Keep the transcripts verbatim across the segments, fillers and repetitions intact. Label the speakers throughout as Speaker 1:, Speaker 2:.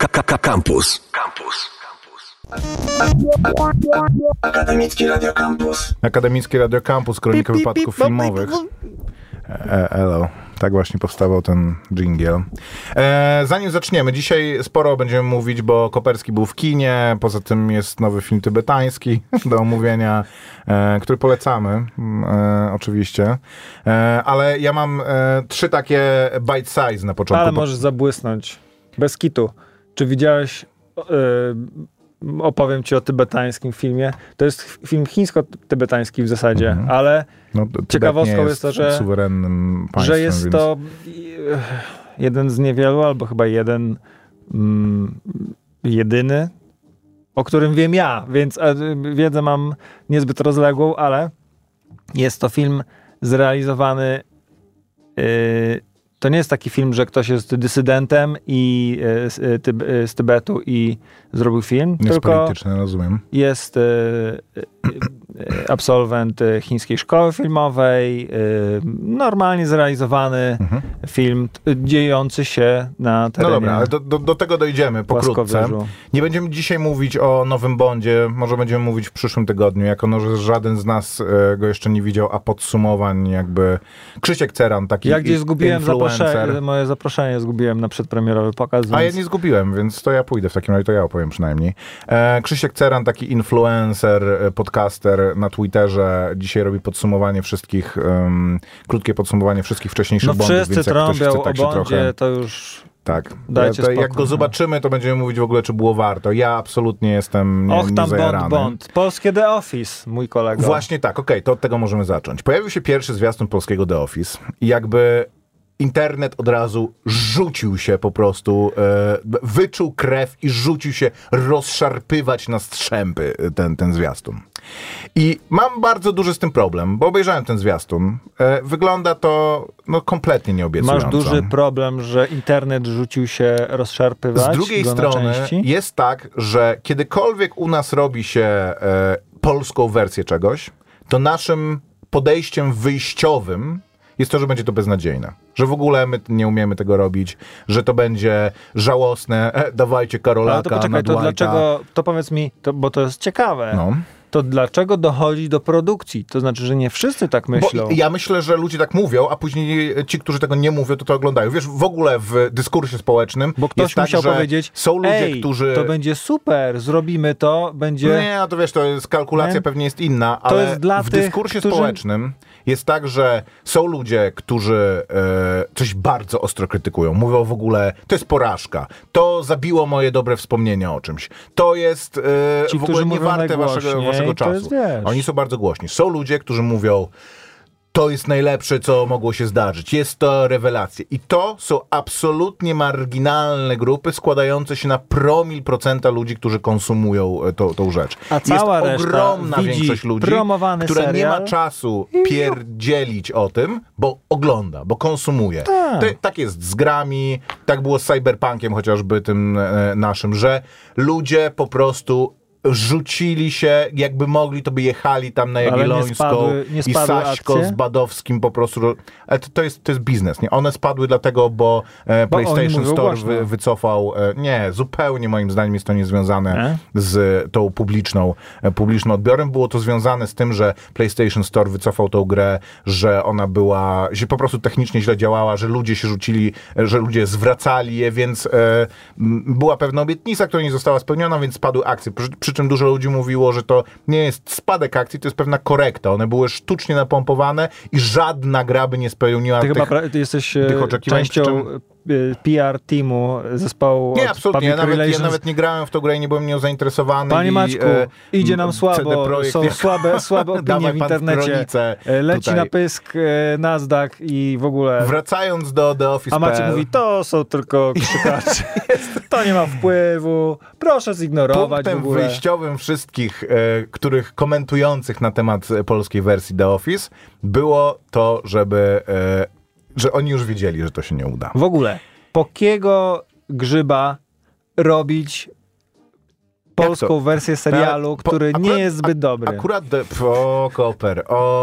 Speaker 1: Campus. Campus. Akademicki Radio Campus.
Speaker 2: Akademicki Radio Campus, kronika wypadków filmowych. E, hello. Tak właśnie powstawał ten dżingiel. E, zanim zaczniemy, dzisiaj sporo będziemy mówić, bo Koperski był w kinie, poza tym jest nowy film tybetański do omówienia, e, który polecamy, e, oczywiście. E, ale ja mam e, trzy takie bite size na początku.
Speaker 3: Ale możesz zabłysnąć. Bez kitu. Czy widziałeś... E, opowiem ci o tybetańskim filmie. To jest film chińsko-tybetański w zasadzie, mhm. ale no, ciekawostką jest, jest to, że,
Speaker 2: suwerennym państwem,
Speaker 3: że jest
Speaker 2: więc...
Speaker 3: to jeden z niewielu, albo chyba jeden mm, jedyny, o którym wiem ja, więc wiedzę mam niezbyt rozległą, ale jest to film zrealizowany yy, to nie jest taki film, że ktoś jest dysydentem i z, tyb, z Tybetu i zrobił film.
Speaker 2: Nie
Speaker 3: tylko
Speaker 2: jest polityczny, rozumiem.
Speaker 3: Jest e, e, absolwent chińskiej szkoły filmowej, e, normalnie zrealizowany mhm. film t, dziejący się na terenie.
Speaker 2: No dobra, ale do, do, do tego dojdziemy pokrótce. Nie będziemy dzisiaj mówić o nowym Bondzie, może będziemy mówić w przyszłym tygodniu, jako no, że żaden z nas e, go jeszcze nie widział, a podsumowań jakby Krzysiek Ceran, taki
Speaker 3: Ja gdzieś zgubiłem zaproszenie, moje zaproszenie zgubiłem na przedpremierowy pokaz.
Speaker 2: A
Speaker 3: więc...
Speaker 2: ja nie zgubiłem, więc to ja pójdę w takim razie, to ja opowiem przynajmniej. E, Krzysiek Ceran, taki influencer, podcaster na Twitterze, dzisiaj robi podsumowanie wszystkich, um, krótkie podsumowanie wszystkich wcześniejszych
Speaker 3: no
Speaker 2: Bondów.
Speaker 3: No wszyscy trąbią o
Speaker 2: tak
Speaker 3: Bondzie,
Speaker 2: trochę...
Speaker 3: to już...
Speaker 2: Tak.
Speaker 3: Dajcie
Speaker 2: ja, to,
Speaker 3: spokój,
Speaker 2: jak go zobaczymy, to będziemy mówić w ogóle, czy było warto. Ja absolutnie jestem nie,
Speaker 3: Och, tam
Speaker 2: niezajarany.
Speaker 3: Bond, Bond. Polskie The Office, mój kolega.
Speaker 2: Właśnie tak, okej, okay, to od tego możemy zacząć. Pojawił się pierwszy zwiastun polskiego The Office i jakby internet od razu rzucił się po prostu, e, wyczuł krew i rzucił się rozszarpywać na strzępy ten, ten zwiastun. I mam bardzo duży z tym problem, bo obejrzałem ten zwiastun. E, wygląda to no, kompletnie nieobiecująco.
Speaker 3: Masz duży problem, że internet rzucił się rozszarpywać?
Speaker 2: Z drugiej strony jest tak, że kiedykolwiek u nas robi się e, polską wersję czegoś, to naszym podejściem wyjściowym jest to, że będzie to beznadziejne. Że w ogóle my nie umiemy tego robić, że to będzie żałosne. E, dawajcie Karolaka,
Speaker 3: ale to poczekaj, to dlaczego, to powiedz mi, to, bo to jest ciekawe. No. To dlaczego dochodzi do produkcji? To znaczy, że nie wszyscy tak myślą.
Speaker 2: Bo ja myślę, że ludzie tak mówią, a później ci, którzy tego nie mówią, to to oglądają. Wiesz, w ogóle w dyskursie społecznym
Speaker 3: bo ktoś
Speaker 2: jest
Speaker 3: musiał
Speaker 2: tak, że
Speaker 3: powiedzieć,
Speaker 2: są ludzie,
Speaker 3: ej,
Speaker 2: którzy...
Speaker 3: to będzie super, zrobimy to, będzie...
Speaker 2: Nie, no to wiesz, to jest kalkulacja
Speaker 3: nie?
Speaker 2: pewnie jest inna,
Speaker 3: to
Speaker 2: ale
Speaker 3: jest dla
Speaker 2: w
Speaker 3: tych,
Speaker 2: dyskursie
Speaker 3: którzy...
Speaker 2: społecznym jest tak, że są ludzie, którzy e, coś bardzo ostro krytykują. Mówią w ogóle, to jest porażka, to zabiło moje dobre wspomnienia o czymś. To jest e,
Speaker 3: Ci,
Speaker 2: w ogóle nie warte waszego, waszego czasu.
Speaker 3: Jest, wiesz.
Speaker 2: Oni są bardzo głośni. Są ludzie, którzy mówią, to jest najlepsze, co mogło się zdarzyć. Jest to rewelacja. I to są absolutnie marginalne grupy składające się na promil procenta ludzi, którzy konsumują to, tą rzecz.
Speaker 3: A cała
Speaker 2: jest
Speaker 3: reszta
Speaker 2: ogromna
Speaker 3: widzi
Speaker 2: większość ludzi, która
Speaker 3: serial.
Speaker 2: nie ma czasu pierdzielić o tym, bo ogląda, bo konsumuje.
Speaker 3: Tak,
Speaker 2: to, tak jest z grami, tak było z Cyberpunkiem chociażby tym e, naszym, że ludzie po prostu rzucili się, jakby mogli, to by jechali tam na Jagiellońską
Speaker 3: nie spadły, nie
Speaker 2: i Saśko
Speaker 3: akcje?
Speaker 2: z Badowskim po prostu. Ale to, to, jest, to jest biznes, nie? One spadły dlatego, bo, e,
Speaker 3: bo
Speaker 2: PlayStation Store wy, wycofał. E, nie, zupełnie moim zdaniem jest to niezwiązane nie? z tą publiczną, e, publicznym odbiorem. Było to związane z tym, że PlayStation Store wycofał tą grę, że ona była, że po prostu technicznie źle działała, że ludzie się rzucili, że ludzie zwracali je, więc e, była pewna obietnica, która nie została spełniona, więc spadły akcje. Przy, przy czym dużo ludzi mówiło, że to nie jest spadek akcji, to jest pewna korekta. One były sztucznie napompowane i żadna gra by nie spełniła
Speaker 3: ty
Speaker 2: tych,
Speaker 3: chyba pra- ty jesteś
Speaker 2: tych oczekiwań.
Speaker 3: częścią czym... P R teamu zespołu.
Speaker 2: Nie, absolutnie. Ja nawet, ja nawet nie grałem w tą grę i nie byłem nią zainteresowany.
Speaker 3: Panie
Speaker 2: i,
Speaker 3: Maćku,
Speaker 2: e,
Speaker 3: idzie nam słabo.
Speaker 2: Projekt,
Speaker 3: są słabe, słabe opinie w internecie. Leci
Speaker 2: tutaj.
Speaker 3: na pysk e, Nasdaq i w ogóle...
Speaker 2: Wracając do The Office.
Speaker 3: A Maciek mówi, to są tylko krzykacze. To nie ma wpływu. Proszę zignorować
Speaker 2: Punktem
Speaker 3: w ogóle.
Speaker 2: wyjściowym wszystkich, e, których komentujących na temat polskiej wersji The Office było to, żeby e, że oni już wiedzieli, że to się nie uda.
Speaker 3: W ogóle, po kiego grzyba robić polską wersję serialu,
Speaker 2: po,
Speaker 3: który
Speaker 2: akurat,
Speaker 3: nie jest zbyt dobry.
Speaker 2: Akurat, de, o, Koper,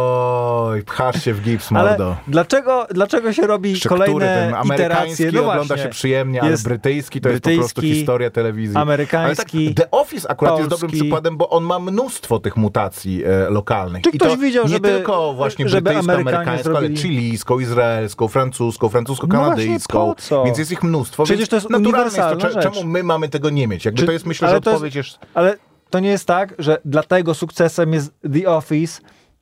Speaker 2: oj, pchasz się w gips, mordo.
Speaker 3: Ale dlaczego, dlaczego się robi
Speaker 2: Jeszcze
Speaker 3: kolejne
Speaker 2: który, ten amerykański
Speaker 3: iteracje? No
Speaker 2: ogląda
Speaker 3: właśnie,
Speaker 2: się przyjemnie, ale brytyjski to jest po prostu historia telewizji.
Speaker 3: Amerykański,
Speaker 2: ale tak, The Office akurat
Speaker 3: polski.
Speaker 2: jest dobrym przykładem, bo on ma mnóstwo tych mutacji e, lokalnych.
Speaker 3: Czy
Speaker 2: I
Speaker 3: ktoś
Speaker 2: to
Speaker 3: widział,
Speaker 2: nie
Speaker 3: żeby,
Speaker 2: tylko właśnie
Speaker 3: żeby
Speaker 2: brytyjską,
Speaker 3: Amerykanie
Speaker 2: amerykańską,
Speaker 3: zrobili...
Speaker 2: ale chilijską, izraelską, francuską, francusko-kanadyjską.
Speaker 3: No właśnie,
Speaker 2: więc jest ich mnóstwo.
Speaker 3: Przecież to jest
Speaker 2: naturalne
Speaker 3: uniwersalna
Speaker 2: jest to,
Speaker 3: rzecz.
Speaker 2: czemu my mamy tego nie mieć? Jakby
Speaker 3: Czy,
Speaker 2: to jest, myślę, że odpowiedź jest...
Speaker 3: Ale to nie jest tak, że dlatego sukcesem jest The Office,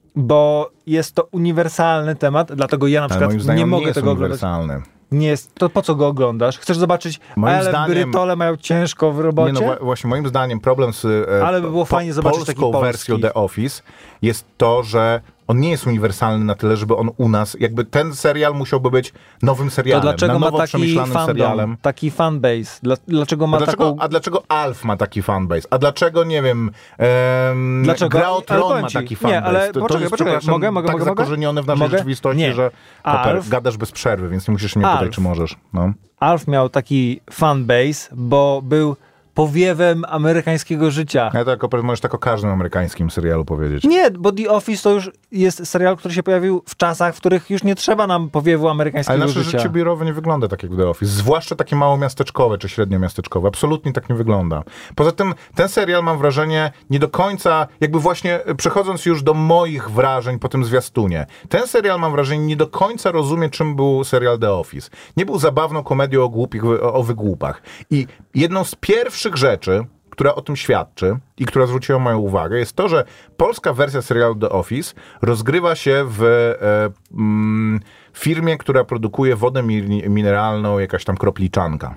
Speaker 3: bo jest to uniwersalny temat, dlatego ja na przykład
Speaker 2: moim zdaniem
Speaker 3: nie
Speaker 2: on
Speaker 3: mogę
Speaker 2: nie jest
Speaker 3: tego
Speaker 2: uniwersalny.
Speaker 3: oglądać. Nie jest. To po co go oglądasz? Chcesz zobaczyć,
Speaker 2: Moim
Speaker 3: ale
Speaker 2: zdaniem-
Speaker 3: Brytole mają ciężko w robocie?
Speaker 2: Nie, no wa- właśnie moim zdaniem problem z e,
Speaker 3: Ale by było
Speaker 2: po,
Speaker 3: fajnie zobaczyć taki
Speaker 2: polską
Speaker 3: polski.
Speaker 2: wersją The Office jest to, że on nie jest uniwersalny na tyle, żeby on u nas, jakby ten serial musiałby być nowym
Speaker 3: To
Speaker 2: serialem,
Speaker 3: dlaczego
Speaker 2: na
Speaker 3: ma
Speaker 2: nowo
Speaker 3: taki
Speaker 2: przemyślanym
Speaker 3: fandom,
Speaker 2: serialem.
Speaker 3: taki fanbase? Dla, dlaczego ma
Speaker 2: A dlaczego,
Speaker 3: taką...
Speaker 2: a dlaczego Alf ma taki fanbase? A dlaczego, nie wiem, em,
Speaker 3: Dlaczego?
Speaker 2: Gra o
Speaker 3: Ale
Speaker 2: Tron
Speaker 3: powiem
Speaker 2: ma
Speaker 3: ci,
Speaker 2: taki
Speaker 3: nie,
Speaker 2: fanbase.
Speaker 3: ale
Speaker 2: to, to
Speaker 3: poczekaj,
Speaker 2: jest,
Speaker 3: poczekaj,
Speaker 2: przepraszam,
Speaker 3: mogę, mogę,
Speaker 2: tak
Speaker 3: mogę, mogę?
Speaker 2: zakorzenione w naszej
Speaker 3: Mogę?
Speaker 2: rzeczywistości,
Speaker 3: Nie.
Speaker 2: że Koper,
Speaker 3: Alf-
Speaker 2: gadasz bez przerwy, więc nie musisz mnie pytać,
Speaker 3: Alf.
Speaker 2: czy możesz. No.
Speaker 3: Alf miał taki fanbase, bo był powiewem amerykańskiego życia.
Speaker 2: Ja to Koper możesz tak o każdym amerykańskim serialu powiedzieć.
Speaker 3: Nie, bo The Office to już jest serial, który się pojawił w czasach, w których już nie trzeba nam powiewu
Speaker 2: Ale
Speaker 3: amerykańskiego
Speaker 2: nasze
Speaker 3: życia.
Speaker 2: życie biurowe nie wygląda tak jak w The Office. Zwłaszcza takie małomiasteczkowe czy średniomiasteczkowe. Absolutnie tak nie wygląda. Poza tym ten serial, mam wrażenie, nie do końca, jakby właśnie przechodząc już do moich wrażeń po tym zwiastunie, ten serial, mam wrażenie, nie do końca rozumie, czym był serial The Office. Nie był zabawną komedią o głupich, o, o wygłupach. I jedną z pierwszych rzeczy, która o tym świadczy i która zwróciła moją uwagę, jest to, że polska wersja serialu The Office rozgrywa się w e, mm, firmie, która produkuje wodę mi- mineralną, jakaś tam kropliczanka.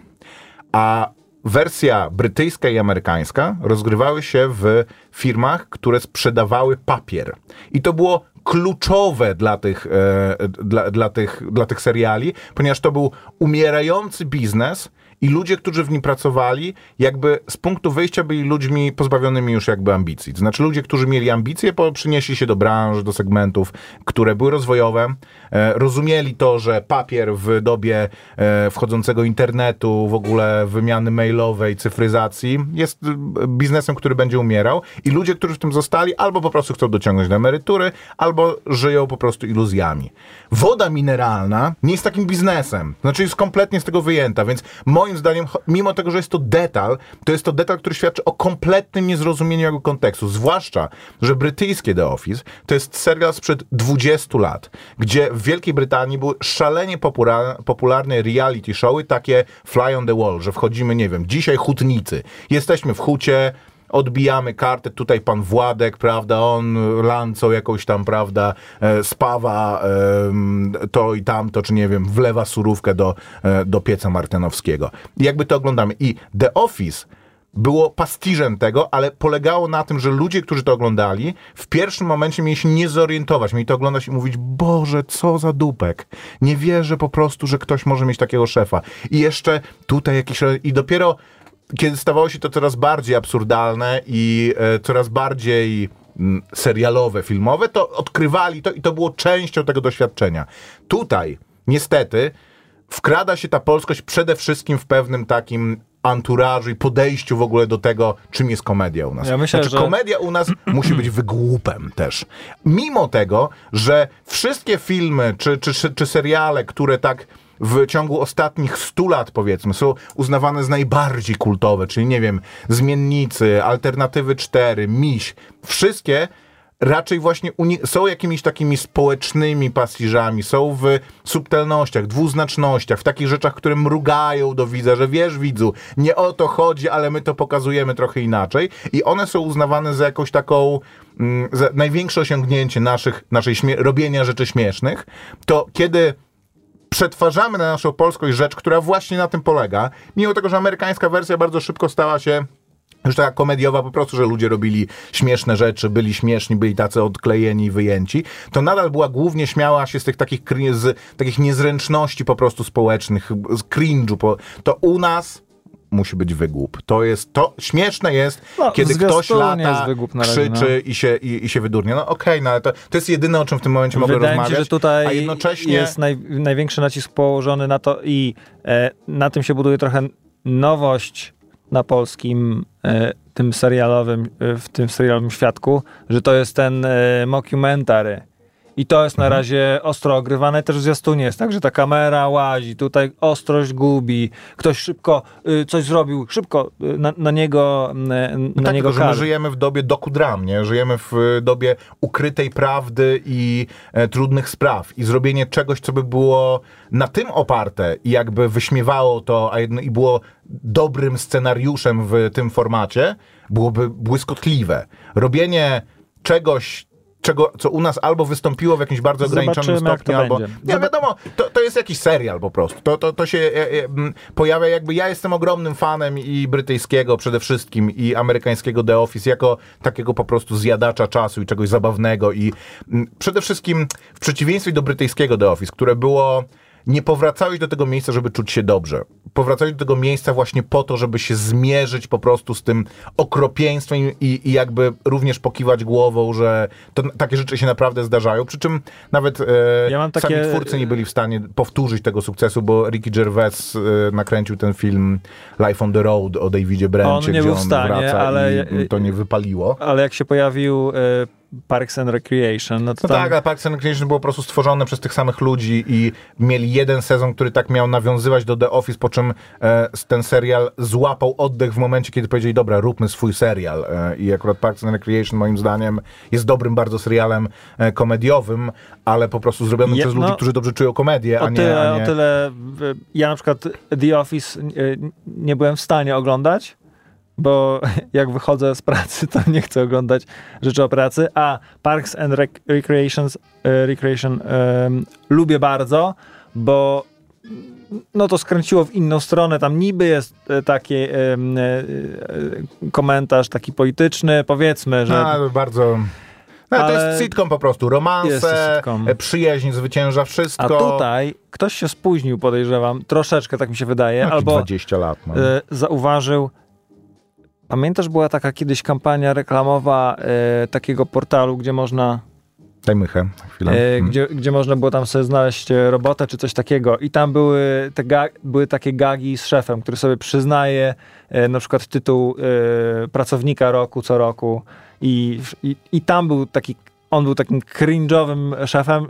Speaker 2: A wersja brytyjska i amerykańska rozgrywały się w firmach, które sprzedawały papier. I to było kluczowe dla tych, e, dla, dla, tych, dla tych seriali, ponieważ to był umierający biznes i ludzie, którzy w nim pracowali, jakby z punktu wyjścia byli ludźmi pozbawionymi już jakby ambicji. To znaczy ludzie, którzy mieli ambicje, po, przynieśli się do branż, do segmentów, które były rozwojowe, e, rozumieli to, że papier w dobie e, wchodzącego internetu, w ogóle wymiany mailowej, cyfryzacji jest biznesem, który będzie umierał i ludzie, którzy w tym zostali, albo po prostu chcą dociągnąć do emerytury, albo żyją po prostu iluzjami. Woda mineralna nie jest takim biznesem. Znaczy jest kompletnie z tego wyjęta, więc moim zdaniem, mimo tego, że jest to detal, to jest to detal, który świadczy o kompletnym niezrozumieniu jego kontekstu. Zwłaszcza, że brytyjskie The Office to jest serial sprzed dwudziestu lat, gdzie w Wielkiej Brytanii były szalenie popularne, popularne reality showy, takie Fly on the Wall, że wchodzimy, nie wiem, dzisiaj hutnicy. Jesteśmy w hucie, odbijamy kartę, tutaj pan Władek, prawda, on lancą jakąś tam, prawda, e, spawa e, to i tamto, czy nie wiem, wlewa surówkę do, e, do pieca martynowskiego. I jakby to oglądamy. I The Office było pastiżem tego, ale polegało na tym, że ludzie, którzy to oglądali, w pierwszym momencie mieli się nie zorientować, mieli to oglądać i mówić, Boże, co za dupek. Nie wierzę po prostu, że ktoś może mieć takiego szefa. I jeszcze tutaj jakiś... I dopiero kiedy stawało się to coraz bardziej absurdalne i e, coraz bardziej m, serialowe, filmowe, to odkrywali to i to było częścią tego doświadczenia. Tutaj, niestety, wkrada się ta polskość przede wszystkim w pewnym takim anturażu i podejściu w ogóle do tego, czym jest komedia u nas.
Speaker 3: Ja myślę,
Speaker 2: znaczy,
Speaker 3: że...
Speaker 2: komedia u nas musi być wygłupem też. Mimo tego, że wszystkie filmy czy, czy, czy, czy seriale, które tak w ciągu ostatnich stu lat, powiedzmy, są uznawane za najbardziej kultowe, czyli nie wiem, Zmiennicy, Alternatywy cztery, Miś, wszystkie raczej właśnie uni- są jakimiś takimi społecznymi pastiżami, są w subtelnościach, dwuznacznościach, w takich rzeczach, które mrugają do widza, że wiesz, widzu, nie o to chodzi, ale my to pokazujemy trochę inaczej i one są uznawane za jakąś taką mm, za największe osiągnięcie naszych, naszej śmie- robienia rzeczy śmiesznych, to kiedy przetwarzamy na naszą polskość rzecz, która właśnie na tym polega, mimo tego, że amerykańska wersja bardzo szybko stała się już taka komediowa, po prostu, że ludzie robili śmieszne rzeczy, byli śmieszni, byli tacy odklejeni i wyjęci, to nadal była głównie śmiała się z tych takich, z takich niezręczności po prostu społecznych, z cringe'u. Po, to u nas musi być wygłup. To jest, to śmieszne jest,
Speaker 3: no,
Speaker 2: kiedy ktoś lata,
Speaker 3: wygłup na razie,
Speaker 2: krzyczy
Speaker 3: no.
Speaker 2: i, się, i, i się wydurnia. No okej, okay, no ale to, to jest jedyne, o czym w tym momencie mogę
Speaker 3: Wydaje
Speaker 2: rozmawiać.
Speaker 3: mi się, że tutaj
Speaker 2: a jednocześnie
Speaker 3: jest naj, największy nacisk położony na to i e, na tym się buduje trochę nowość na polskim e, tym serialowym, e, w tym serialowym świadku, że to jest ten e, mockumentary. I to jest na
Speaker 2: mhm.
Speaker 3: razie ostro ogrywane, też w zwiastunie jest tak, że ta kamera łazi, tutaj ostrość gubi, ktoś szybko y, coś zrobił, szybko y, na, na niego y, na
Speaker 2: tak,
Speaker 3: niego
Speaker 2: tylko, że my żyjemy w dobie dokudram, nie? Żyjemy w dobie ukrytej prawdy i e, trudnych spraw. I zrobienie czegoś, co by było na tym oparte i jakby wyśmiewało to, a jedno, i było dobrym scenariuszem w tym formacie, byłoby błyskotliwe. Robienie czegoś, czego, co u nas albo wystąpiło w jakimś bardzo ograniczonym
Speaker 3: Zobaczymy,
Speaker 2: stopniu, albo...
Speaker 3: będzie.
Speaker 2: Nie, wiadomo, to, to jest jakiś serial po prostu. To, to, to się e, e, m, pojawia jakby... Ja jestem ogromnym fanem i brytyjskiego przede wszystkim, i amerykańskiego The Office, jako takiego po prostu zjadacza czasu i czegoś zabawnego. I m, przede wszystkim w przeciwieństwie do brytyjskiego The Office, które było... Nie powracałeś do tego miejsca, żeby czuć się dobrze. Powracałeś do tego miejsca właśnie po to, żeby się zmierzyć po prostu z tym okropieństwem i, i jakby również pokiwać głową, że to, takie rzeczy się naprawdę zdarzają. Przy czym nawet e,
Speaker 3: ja mam takie...
Speaker 2: sami twórcy nie byli w stanie powtórzyć tego sukcesu, bo Ricky Gervais e, nakręcił ten film Life on the Road o Davidzie Brencie,
Speaker 3: on nie
Speaker 2: gdzie
Speaker 3: był w
Speaker 2: on
Speaker 3: stanie,
Speaker 2: wraca
Speaker 3: ale...
Speaker 2: i to nie wypaliło.
Speaker 3: Ale jak się pojawił... E... Parks and Recreation. No, to
Speaker 2: no
Speaker 3: tam...
Speaker 2: tak, ale Parks and Recreation było po prostu stworzone przez tych samych ludzi i mieli jeden sezon, który tak miał nawiązywać do The Office, po czym e, ten serial złapał oddech w momencie, kiedy powiedzieli, dobra, róbmy swój serial. E, I akurat Parks and Recreation moim zdaniem jest dobrym bardzo serialem e, komediowym, ale po prostu zrobionym
Speaker 3: Je,
Speaker 2: przez
Speaker 3: no,
Speaker 2: ludzi, którzy dobrze czują komedię,
Speaker 3: o
Speaker 2: a nie...
Speaker 3: Tyle,
Speaker 2: a nie...
Speaker 3: O tyle, ja na przykład The Office nie byłem w stanie oglądać, bo jak wychodzę z pracy, to nie chcę oglądać rzeczy o pracy, a Parks and Rec- Recreations, e, Recreation e, lubię bardzo, bo no to skręciło w inną stronę, tam niby jest taki e, e, komentarz taki polityczny, powiedzmy, że...
Speaker 2: No, bardzo... No, to jest sitcom po prostu, romanse, przyjaźń zwycięża wszystko.
Speaker 3: A tutaj ktoś się spóźnił, podejrzewam, troszeczkę tak mi się wydaje,
Speaker 2: no,
Speaker 3: albo
Speaker 2: dwadzieścia lat. No.
Speaker 3: E, zauważył. Pamiętasz, była taka kiedyś kampania reklamowa e, takiego portalu, gdzie można...
Speaker 2: Daj mychę, chwilę.
Speaker 3: E,
Speaker 2: hmm.
Speaker 3: gdzie, gdzie można było tam sobie znaleźć robotę czy coś takiego i tam były, te ga- były takie gagi z szefem, który sobie przyznaje e, na przykład tytuł e, pracownika roku co roku i, i, i tam był taki, on był takim cringe'owym szefem,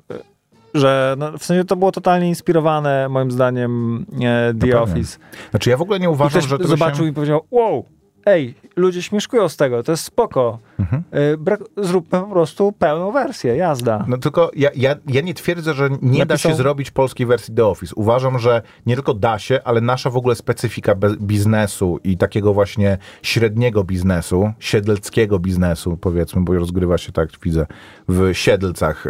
Speaker 3: że no, w sensie to było totalnie inspirowane moim zdaniem e, The
Speaker 2: no
Speaker 3: Office.
Speaker 2: Znaczy ja w ogóle nie uważam,
Speaker 3: I
Speaker 2: że to
Speaker 3: zobaczył
Speaker 2: się...
Speaker 3: i powiedział, wow, ej, ludzie śmieszkują z tego, to jest spoko. Mhm. Y, brak, zróbmy po prostu pełną wersję, jazda.
Speaker 2: No tylko ja, ja, ja nie twierdzę, że nie Napisał... da się zrobić polskiej wersji The Office. Uważam, że nie tylko da się, ale nasza w ogóle specyfika biznesu i takiego właśnie średniego biznesu, siedleckiego biznesu, powiedzmy, bo rozgrywa się, tak widzę, w Siedlcach e,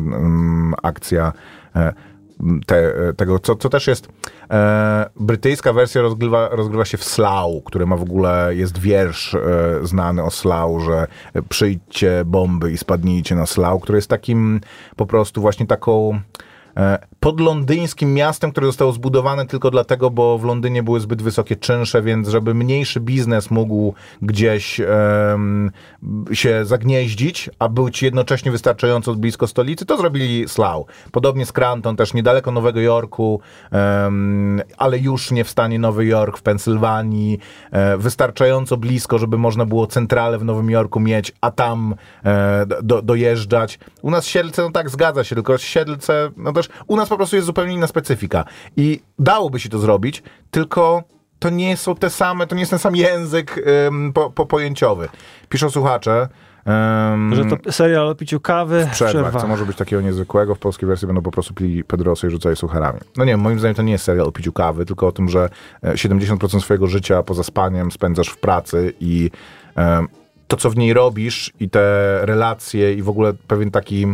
Speaker 2: m, akcja e, Te, tego, co, co też jest e, brytyjska wersja rozgrywa, rozgrywa się w Slough, który ma w ogóle, jest wiersz e, znany o Slough, że przyjdźcie bomby i spadnijcie na Slough, który jest takim po prostu właśnie taką e, podlondyńskim miastem, które zostało zbudowane tylko dlatego, bo w Londynie były zbyt wysokie czynsze, więc żeby mniejszy biznes mógł gdzieś um, się zagnieździć, a być jednocześnie wystarczająco blisko stolicy, to zrobili Slough. Podobnie Scranton, też niedaleko Nowego Jorku, um, ale już nie w stanie Nowy Jork, w Pensylwanii, e, wystarczająco blisko, żeby można było centralę w Nowym Jorku mieć, a tam e, do, dojeżdżać. U nas Siedlce, no tak, zgadza się, tylko Siedlce, no też u nas po prostu jest zupełnie inna specyfika. I dałoby się to zrobić, tylko to nie są te same, to nie jest ten sam język um, po, po pojęciowy. Piszą słuchacze, um,
Speaker 3: że to serial o piciu kawy
Speaker 2: w przerwach, co może być takiego niezwykłego. W polskiej wersji będą po prostu pili pedrosy i rzucali sucharami. No nie wiem, moim zdaniem to nie jest serial o piciu kawy, tylko o tym, że siedemdziesiąt procent swojego życia poza spaniem spędzasz w pracy i um, to, co w niej robisz i te relacje i w ogóle pewien taki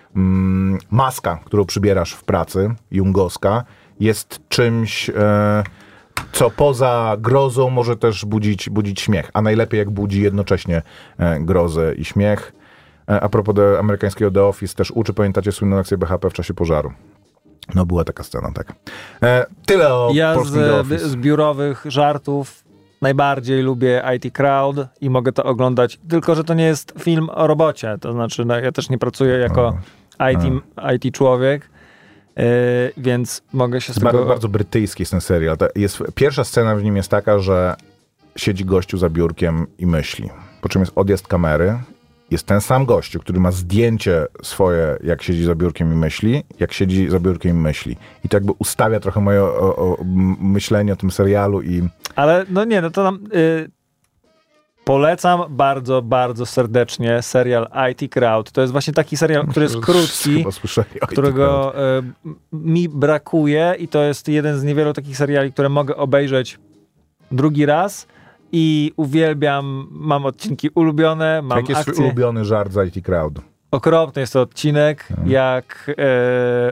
Speaker 2: mm, maska, którą przybierasz w pracy, jungowska, jest czymś, e, co poza grozą może też budzić, budzić śmiech, a najlepiej jak budzi jednocześnie e, grozę i śmiech. E, a propos do amerykańskiego The Office też uczy, pamiętacie słynną lekcję B H P w czasie pożaru. No była taka scena, tak. E, tyle o
Speaker 3: ja
Speaker 2: polskim The Office.
Speaker 3: Ja z biurowych żartów najbardziej lubię I T Crowd i mogę to oglądać, tylko że to nie jest film o robocie, to znaczy no, ja też nie pracuję jako I T, I T człowiek, yy, więc mogę się z
Speaker 2: tego...
Speaker 3: tego...
Speaker 2: Bardzo, bardzo brytyjski jest ten serial. Jest, pierwsza scena w nim jest taka, że siedzi gościu za biurkiem i myśli. Po czym jest odjazd kamery, jest ten sam gościu, który ma zdjęcie swoje, jak siedzi za biurkiem i myśli, jak siedzi za biurkiem i myśli. I to jakby ustawia trochę moje o, o, myślenie o tym serialu i...
Speaker 3: Ale no nie, no to tam... Y- Polecam bardzo, bardzo serdecznie serial I T Crowd. To jest właśnie taki serial, który jest krótki, którego y, mi brakuje i to jest jeden z niewielu takich seriali, które mogę obejrzeć drugi raz i uwielbiam, mam odcinki ulubione, mam
Speaker 2: Jaki jest
Speaker 3: akcje.
Speaker 2: twój ulubiony żart z I T Crowd?
Speaker 3: Okropny jest to odcinek, hmm. jak e,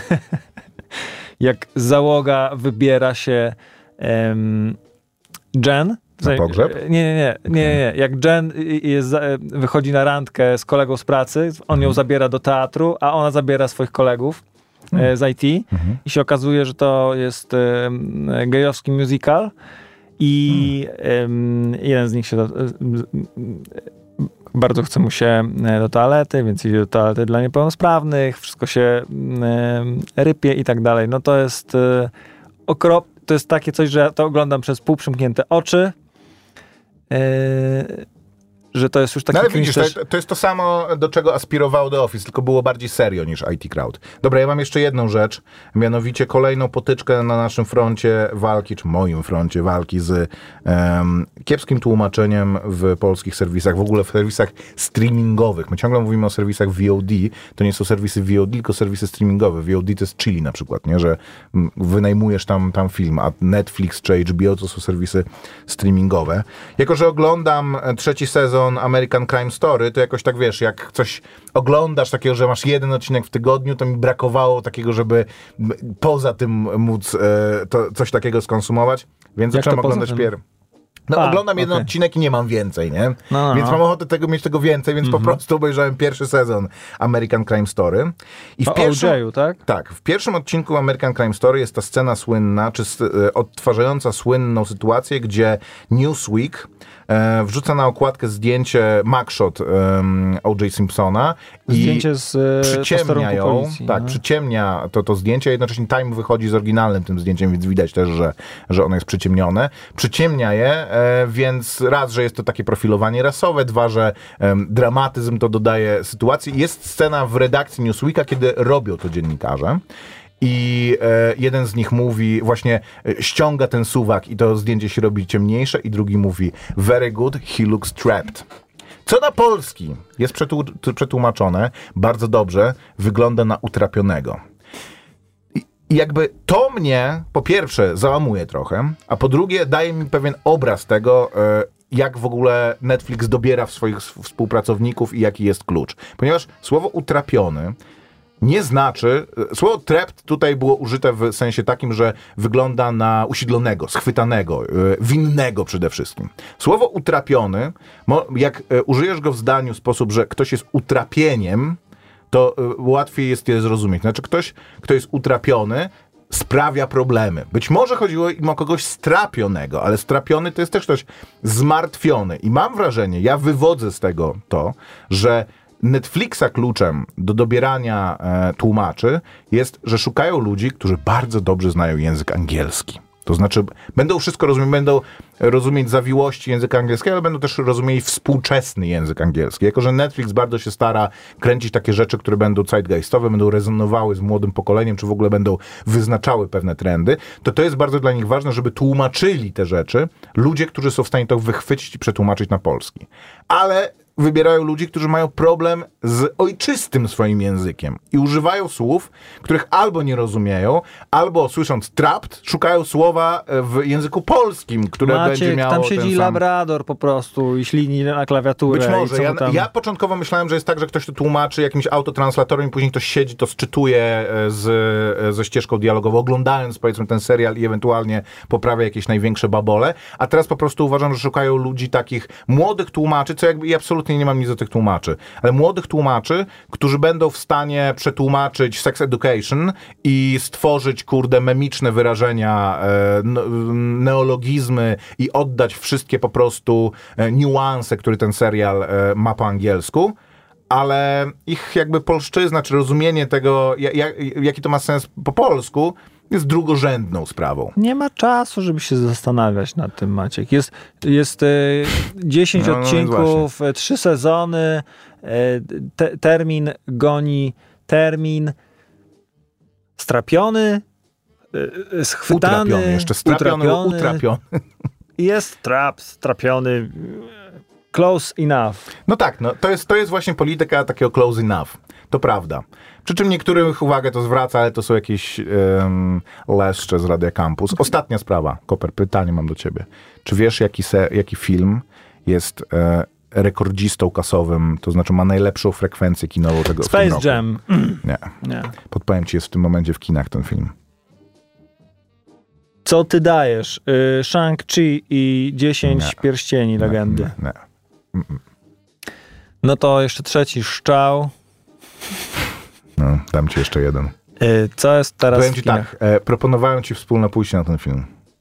Speaker 3: jak załoga wybiera się em, Jen.
Speaker 2: Na pogrzeb?
Speaker 3: Nie, nie, nie, nie, nie. Jak Jen jest, wychodzi na randkę z kolegą z pracy, on ją zabiera do teatru, a ona zabiera swoich kolegów z I T
Speaker 2: Mhm.
Speaker 3: i się okazuje, że to jest gejowski musical i hmm. jeden z nich się do, bardzo chce mu się do toalety, więc idzie do toalety dla niepełnosprawnych, wszystko się rypie i tak dalej. No to jest okrop, to jest takie coś, że ja to oglądam przez półprzymknięte oczy, Yy, że to jest już taki...
Speaker 2: No ale widzisz, też... to, to jest to samo, do czego aspirowało The Office, tylko było bardziej serio niż I T Crowd. Dobra, ja mam jeszcze jedną rzecz, mianowicie kolejną potyczkę na naszym froncie walki, czy moim froncie walki z um, kiepskim tłumaczeniem w polskich serwisach, w ogóle w serwisach streamingowych. My ciągle mówimy o serwisach V O D, to nie są serwisy V O D, tylko serwisy streamingowe. V O D to jest Chili na przykład, nie? Że wynajmujesz tam, tam film, a Netflix czy H B O to są serwisy streamingowe. Jako że oglądam trzeci sezon American Crime Story, to jakoś tak wiesz, jak coś oglądasz takiego, że masz jeden odcinek w tygodniu, to mi brakowało takiego, żeby poza tym móc e, to, coś takiego skonsumować, więc jak zacząłem oglądać pierw. No A, oglądam jeden okay. odcinek i nie mam więcej, nie? No, no, więc mam ochotę tego, mieć tego więcej, więc mm-hmm. po prostu obejrzałem pierwszy sezon American Crime Story. I w
Speaker 3: o
Speaker 2: pierwszym,
Speaker 3: O J-u, tak?
Speaker 2: Tak. W pierwszym odcinku American Crime Story jest ta scena słynna, czy e, odtwarzająca słynną sytuację, gdzie Newsweek e, wrzuca na okładkę zdjęcie mugshot e, O J Simpsona
Speaker 3: zdjęcie z e,
Speaker 2: przyciemnia ją,
Speaker 3: policji,
Speaker 2: tak,
Speaker 3: no.
Speaker 2: przyciemnia to, to zdjęcie, a jednocześnie Time wychodzi z oryginalnym tym zdjęciem, więc widać też, że, że ono jest przyciemnione. Przyciemnia je, e, więc raz, że jest to takie profilowanie rasowe, dwa, że e, dramatyzm to dodaje sytuacji. Jest scena w redakcji Newsweeka, kiedy robią to dziennikarze. I e, jeden z nich mówi, właśnie e, ściąga ten suwak i to zdjęcie się robi ciemniejsze i drugi mówi very good, he looks trapped. Co na polski jest przetłu- przetłumaczone bardzo dobrze, wygląda na utrapionego. I, I jakby to mnie po pierwsze załamuje trochę, a po drugie daje mi pewien obraz tego, e, jak w ogóle Netflix dobiera w swoich współpracowników i jaki jest klucz. Ponieważ słowo utrapiony nie znaczy, słowo trapped tutaj było użyte w sensie takim, że wygląda na usidlonego, schwytanego, winnego przede wszystkim. Słowo utrapiony, jak użyjesz go w zdaniu w sposób, że ktoś jest utrapieniem, to łatwiej jest je zrozumieć. Znaczy ktoś, kto jest utrapiony, sprawia problemy. Być może chodziło im o kogoś strapionego, ale strapiony to jest też ktoś zmartwiony. I mam wrażenie, ja wywodzę z tego to, że Netflixa kluczem do dobierania e, tłumaczy jest, że szukają ludzi, którzy bardzo dobrze znają język angielski. To znaczy, będą wszystko rozumieć, będą rozumieć zawiłości języka angielskiego, ale będą też rozumieli współczesny język angielski. Jako że Netflix bardzo się stara kręcić takie rzeczy, które będą zeitgeistowe, będą rezonowały z młodym pokoleniem, czy w ogóle będą wyznaczały pewne trendy, to to jest bardzo dla nich ważne, żeby tłumaczyli te rzeczy ludzie, którzy są w stanie to wychwycić i przetłumaczyć na polski. Ale wybierają ludzi, którzy mają problem z ojczystym swoim językiem i używają słów, których albo nie rozumieją, albo słysząc trapped, szukają słowa w języku polskim, które
Speaker 3: Maciek,
Speaker 2: będzie miało
Speaker 3: tam siedzi
Speaker 2: ten sam...
Speaker 3: labrador po prostu i ślini na klawiaturę.
Speaker 2: Być może. Ja,
Speaker 3: tam...
Speaker 2: ja początkowo myślałem, że jest tak, że ktoś to tłumaczy jakimś autotranslatorem i później ktoś siedzi, to sczytuje z, ze ścieżką dialogową, oglądając powiedzmy ten serial i ewentualnie poprawia jakieś największe babole, a teraz po prostu uważam, że szukają ludzi takich młodych tłumaczy, co jakby i absolutnie nie mam nic do tych tłumaczy, ale młodych tłumaczy, którzy będą w stanie przetłumaczyć Sex Education i stworzyć, kurde, memiczne wyrażenia, e, neologizmy i oddać wszystkie po prostu e, niuanse, które ten serial e, ma po angielsku, ale ich jakby polszczyzna, czy rozumienie tego, jak, jaki to ma sens po polsku, jest drugorzędną sprawą.
Speaker 3: Nie ma czasu, żeby się zastanawiać nad tym, Maciek. Jest, jest e, dziesięć
Speaker 2: No, no,
Speaker 3: odcinków, e, trzy sezony, e, te, termin goni termin, strapiony, e, schwytany,
Speaker 2: Utrapiony, jeszcze strapiony,
Speaker 3: utrapiony.
Speaker 2: utrapiony.
Speaker 3: Jest trap, strapiony, close enough.
Speaker 2: No tak, no, to, jest, to jest właśnie polityka takiego close enough. To prawda. Przy czym niektórych uwagę to zwraca, ale to są jakieś um, leszcze z Radia Campus. Ostatnia sprawa. Koper, pytanie mam do ciebie. Czy wiesz, jaki, se, jaki film jest e, rekordzistą kasowym, to znaczy ma najlepszą frekwencję kinową tego
Speaker 3: Space
Speaker 2: w tym roku?
Speaker 3: Jam.
Speaker 2: Nie.
Speaker 3: Nie.
Speaker 2: Podpowiem ci, jest w tym momencie w kinach ten film.
Speaker 3: Co ty dajesz? Y, Shang-Chi i dziesięć
Speaker 2: Nie.
Speaker 3: pierścieni legendy.
Speaker 2: Nie. nie.
Speaker 3: No to jeszcze trzeci szczał.
Speaker 2: No, dam ci jeszcze jeden.
Speaker 3: Y, co jest teraz
Speaker 2: Powiem
Speaker 3: w
Speaker 2: ci
Speaker 3: kinach?
Speaker 2: tak, e, proponowałem ci wspólne pójście na ten film.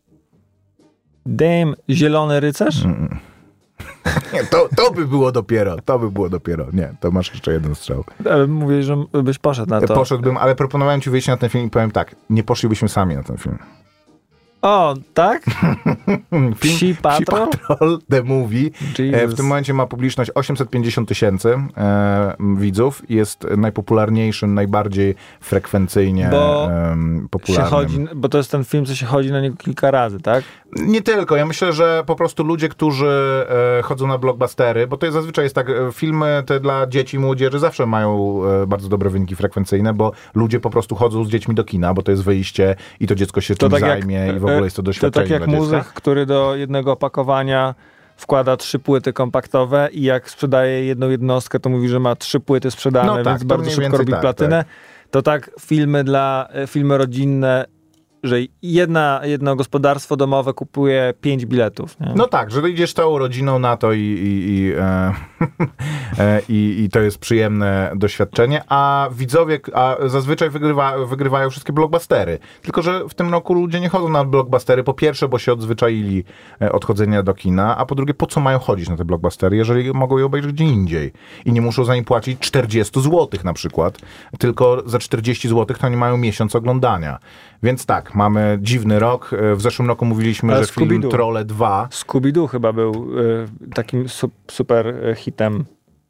Speaker 3: Dame Zielony Rycerz?
Speaker 2: Mm. Nie, to, to by było dopiero, to by było dopiero. Nie, to masz jeszcze jeden strzał.
Speaker 3: Ale mówię, że byś poszedł na to.
Speaker 2: Poszedłbym, ale proponowałem ci wyjść na ten film i powiem tak, nie poszlibyśmy sami na ten film.
Speaker 3: O, tak?
Speaker 2: Film
Speaker 3: Psi Patrol?
Speaker 2: Psi Patrol, The Movie.
Speaker 3: Jesus.
Speaker 2: E, w tym momencie ma publiczność osiemset pięćdziesiąt tysięcy e, widzów. Jest najpopularniejszym, najbardziej frekwencyjnie
Speaker 3: Bo
Speaker 2: e, popularnym.
Speaker 3: Się chodzi, bo to jest ten film, co się chodzi na niego kilka razy, tak?
Speaker 2: Nie tylko. Ja myślę, że po prostu ludzie, którzy e, chodzą na blockbustery, bo to jest, zazwyczaj jest tak, e, filmy te dla dzieci i młodzieży zawsze mają e, bardzo dobre wyniki frekwencyjne, bo ludzie po prostu chodzą z dziećmi do kina, bo to jest wyjście i to dziecko się
Speaker 3: To
Speaker 2: tym
Speaker 3: tak
Speaker 2: zajmie
Speaker 3: jak,
Speaker 2: i w ogóle jest to doświadczenie
Speaker 3: To tak jak
Speaker 2: dla
Speaker 3: muzyk,
Speaker 2: dziecka.
Speaker 3: który do jednego opakowania wkłada trzy płyty kompaktowe i jak sprzedaje jedną jednostkę, to mówi, że ma trzy płyty sprzedane,
Speaker 2: No tak,
Speaker 3: więc
Speaker 2: to
Speaker 3: bardzo
Speaker 2: mniej
Speaker 3: szybko
Speaker 2: więcej
Speaker 3: robi
Speaker 2: tak,
Speaker 3: platynę.
Speaker 2: tak.
Speaker 3: To tak filmy dla, filmy rodzinne, że jedna, jedno gospodarstwo domowe kupuje pięć biletów. Nie?
Speaker 2: No tak, że idziesz całą rodziną na to i, i, i, e, e, i, i to jest przyjemne doświadczenie, a widzowie a zazwyczaj wygrywa, wygrywają wszystkie blockbustery. Tylko że w tym roku ludzie nie chodzą na blockbustery, po pierwsze, bo się odzwyczaili od chodzenia do kina, a po drugie, po co mają chodzić na te blockbustery, jeżeli mogą je obejrzeć gdzie indziej i nie muszą za nie płacić czterdzieści złotych na przykład, tylko za czterdzieści złotych to oni mają miesiąc oglądania. Więc tak, mamy dziwny rok. W zeszłym roku mówiliśmy,
Speaker 3: Ale
Speaker 2: że film
Speaker 3: Scooby-Doo.
Speaker 2: Trolle dwa...
Speaker 3: Scooby-Doo chyba był y, takim su- super y, hitem.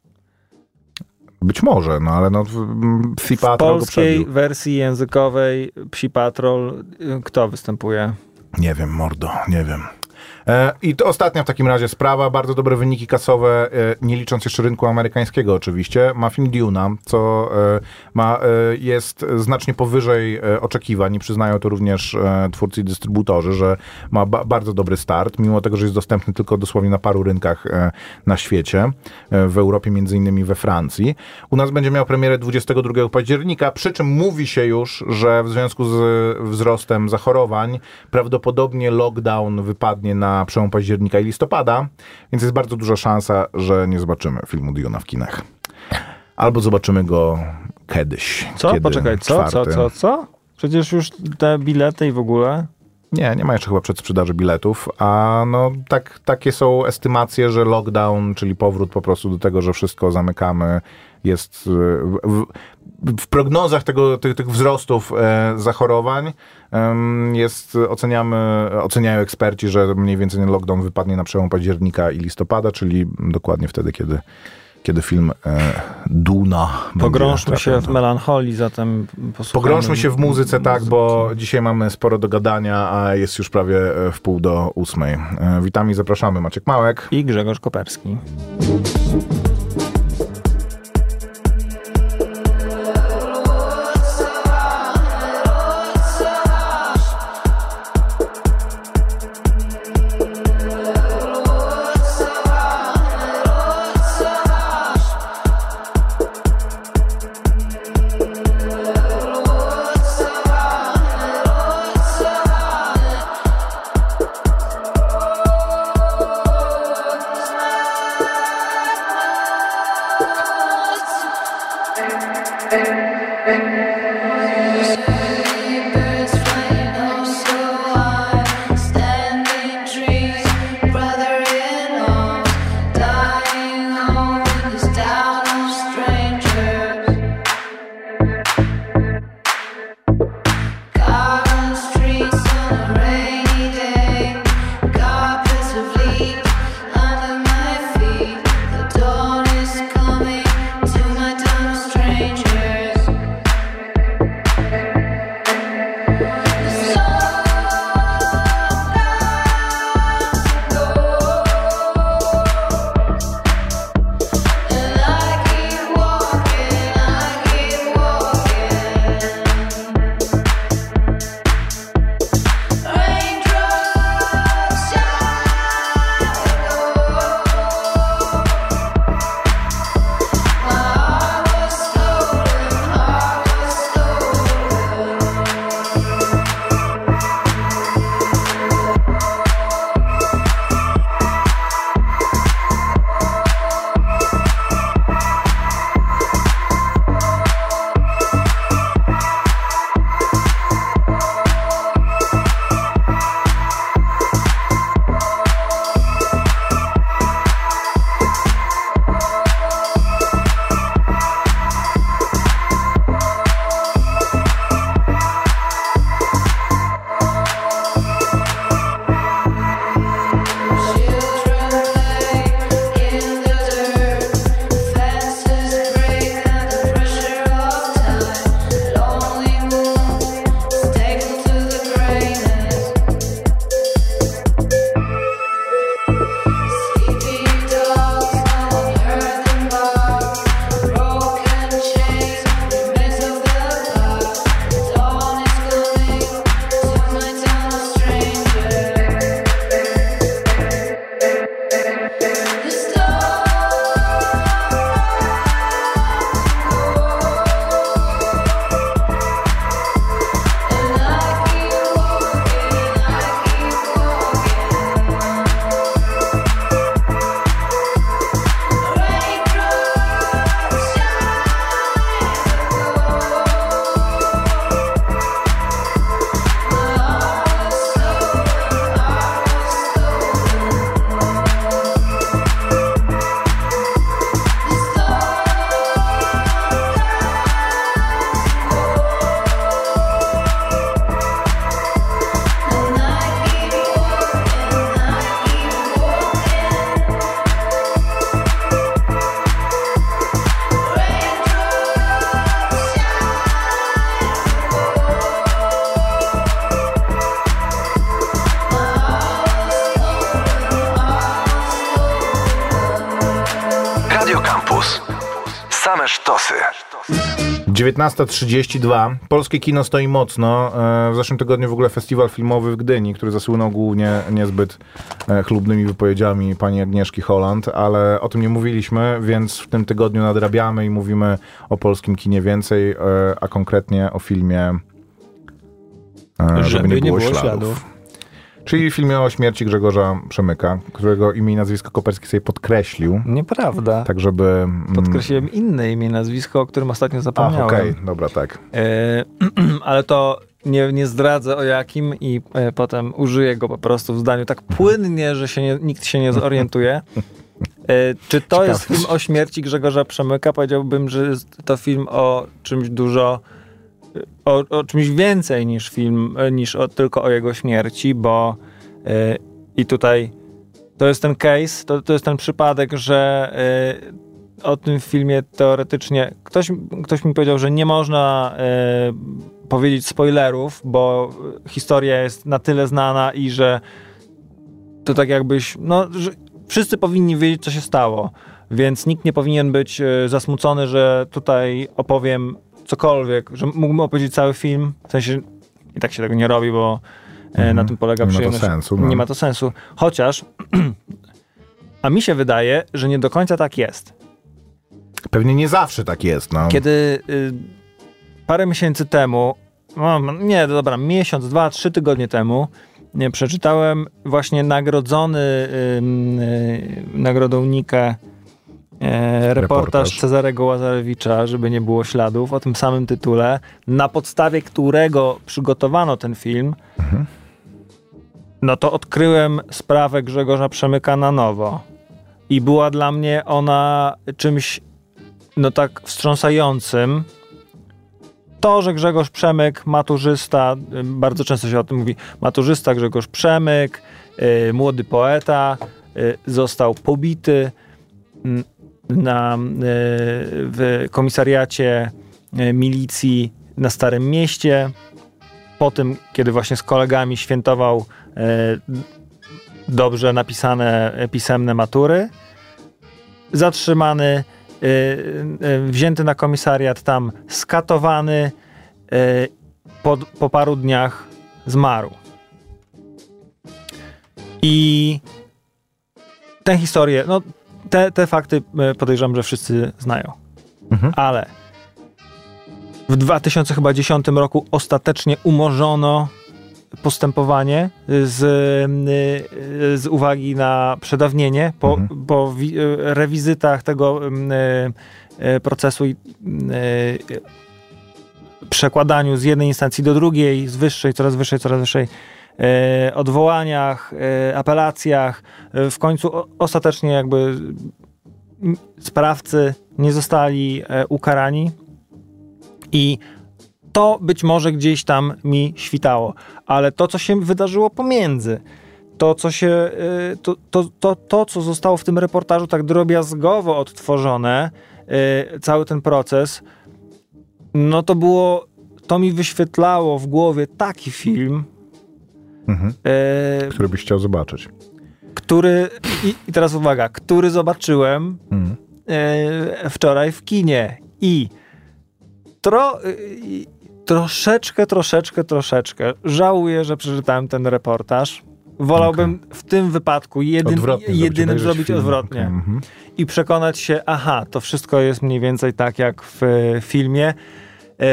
Speaker 2: Być może, no ale no Psi
Speaker 3: W
Speaker 2: Patrol go
Speaker 3: polskiej
Speaker 2: przebił.
Speaker 3: wersji językowej Psi Patrol y, kto występuje?
Speaker 2: Nie wiem, mordo, nie wiem. E, I to ostatnia w takim razie sprawa, bardzo dobre wyniki kasowe, e, nie licząc jeszcze rynku amerykańskiego oczywiście, ma film Duna, co e, ma, e, jest znacznie powyżej e, oczekiwań i przyznają to również e, twórcy i dystrybutorzy, że ma ba- bardzo dobry start, mimo tego, że jest dostępny tylko dosłownie na paru rynkach e, na świecie, e, w Europie między innymi we Francji. U nas będzie miał premierę dwudziestego drugiego października, przy czym mówi się już, że w związku z wzrostem zachorowań prawdopodobnie lockdown wypadnie na przełom października i listopada, więc jest bardzo duża szansa, że nie zobaczymy filmu Duna w kinach. Albo zobaczymy go kiedyś.
Speaker 3: Co?
Speaker 2: Kiedy
Speaker 3: Poczekaj, co, co,
Speaker 2: czwarty.
Speaker 3: co, co? Przecież już te bilety i w ogóle...
Speaker 2: Nie, nie ma jeszcze chyba przedsprzedaży biletów, a no tak, takie są estymacje, że lockdown, czyli powrót po prostu do tego, że wszystko zamykamy, jest w, w, w prognozach tego, tych, tych wzrostów e, zachorowań e, jest, oceniamy, oceniają eksperci, że mniej więcej ten lockdown wypadnie na przełom października i listopada, czyli dokładnie wtedy, kiedy kiedy film e, Duna
Speaker 3: Pogrążmy się w
Speaker 2: trafiony.
Speaker 3: melancholii, zatem posłuchamy.
Speaker 2: Pogrążmy się w muzyce, tak,
Speaker 3: muzyki.
Speaker 2: bo dzisiaj mamy sporo do gadania, a jest już prawie e, w pół do ósmej. E, Witamy i zapraszamy. Maciek Małek.
Speaker 3: I Grzegorz Koperski.
Speaker 1: Radio Campus. Same sztosy.
Speaker 2: dziewiętnasta trzydzieści dwa. Polskie kino stoi mocno. W zeszłym tygodniu w ogóle festiwal filmowy w Gdyni, który zasłynął głównie niezbyt chlubnymi wypowiedziami pani Agnieszki Holland, ale o tym nie mówiliśmy, więc w tym tygodniu nadrabiamy i mówimy o polskim kinie więcej, a konkretnie o filmie Żeby, Żeby nie było, nie było śladów. śladów. Czyli filmie o śmierci Grzegorza Przemyka, którego imię i nazwisko Koperski sobie podkreślił.
Speaker 3: Nieprawda.
Speaker 2: Tak, żeby... Mm...
Speaker 3: Podkreśliłem inne imię i nazwisko, o którym ostatnio zapomniałem.
Speaker 2: Okej, okay. Dobra, tak.
Speaker 3: E, ale to nie, nie zdradzę o jakim i e, potem użyję go po prostu w zdaniu tak płynnie, że się nie, nikt się nie zorientuje. E, czy to Ciekawe. Jest film o śmierci Grzegorza Przemyka? Powiedziałbym, że jest to film o czymś dużo... O, o czymś więcej niż film, niż o, tylko o jego śmierci, bo yy, i tutaj to jest ten case, to, to jest ten przypadek, że yy, o tym filmie teoretycznie ktoś, ktoś mi powiedział, że nie można yy, powiedzieć spoilerów, bo historia jest na tyle znana i że to tak jakbyś, no, że wszyscy powinni wiedzieć, co się stało, więc nikt nie powinien być yy, zasmucony, że tutaj opowiem cokolwiek, że mógłbym opowiedzieć cały film, w sensie i tak się tego nie robi, bo mm-hmm. na tym polega
Speaker 2: nie
Speaker 3: przyjemność.
Speaker 2: Ma to sensu, no.
Speaker 3: Nie ma to sensu. Chociaż, a mi się wydaje, że nie do końca tak jest.
Speaker 2: Pewnie nie zawsze tak jest, no.
Speaker 3: Kiedy y, parę miesięcy temu, no, nie, dobra, miesiąc, dwa, trzy tygodnie temu, nie, przeczytałem właśnie nagrodzony y, y, nagrodą Nikę E, reportaż, reportaż Cezarego Łazarewicza, Żeby nie było śladów, o tym samym tytule, na podstawie którego przygotowano ten film, mhm. no to odkryłem sprawę Grzegorza Przemyka na nowo. I była dla mnie ona czymś no tak wstrząsającym. To, że Grzegorz Przemyk, maturzysta, bardzo często się o tym mówi, maturzysta Grzegorz Przemyk, y, młody poeta, y, został pobity y, na, w komisariacie milicji na Starym Mieście. Po tym, kiedy właśnie z kolegami świętował dobrze napisane pisemne matury. Zatrzymany, wzięty na komisariat, tam skatowany, po, po paru dniach zmarł. I tę historię, no Te, te fakty podejrzewam, że wszyscy znają. Mhm. Ale w dwa tysiące dziesiątym roku ostatecznie umorzono postępowanie z, z uwagi na przedawnienie. Po, mhm. po wi- rewizytach tego y, procesu i y, przekładaniu z jednej instancji do drugiej, z wyższej, coraz wyższej, coraz wyższej, E, odwołaniach, e, apelacjach. E, w końcu o, ostatecznie jakby sprawcy nie zostali e, ukarani i to być może gdzieś tam mi świtało. Ale to, co się wydarzyło pomiędzy, to, co się, e, to, to, to, to, co zostało w tym reportażu tak drobiazgowo odtworzone, e, cały ten proces, no to było, to mi wyświetlało w głowie taki film, Mhm. E,
Speaker 2: który byś chciał zobaczyć.
Speaker 3: Który, i, i teraz uwaga, który zobaczyłem mhm. e, wczoraj w kinie. I tro, e, troszeczkę, troszeczkę, troszeczkę żałuję, że przeczytałem ten reportaż. Wolałbym okay. w tym wypadku jedyn, jedynym zrobić film. odwrotnie. Okay. Mhm. I przekonać się, aha, to wszystko jest mniej więcej tak jak w e, filmie. E,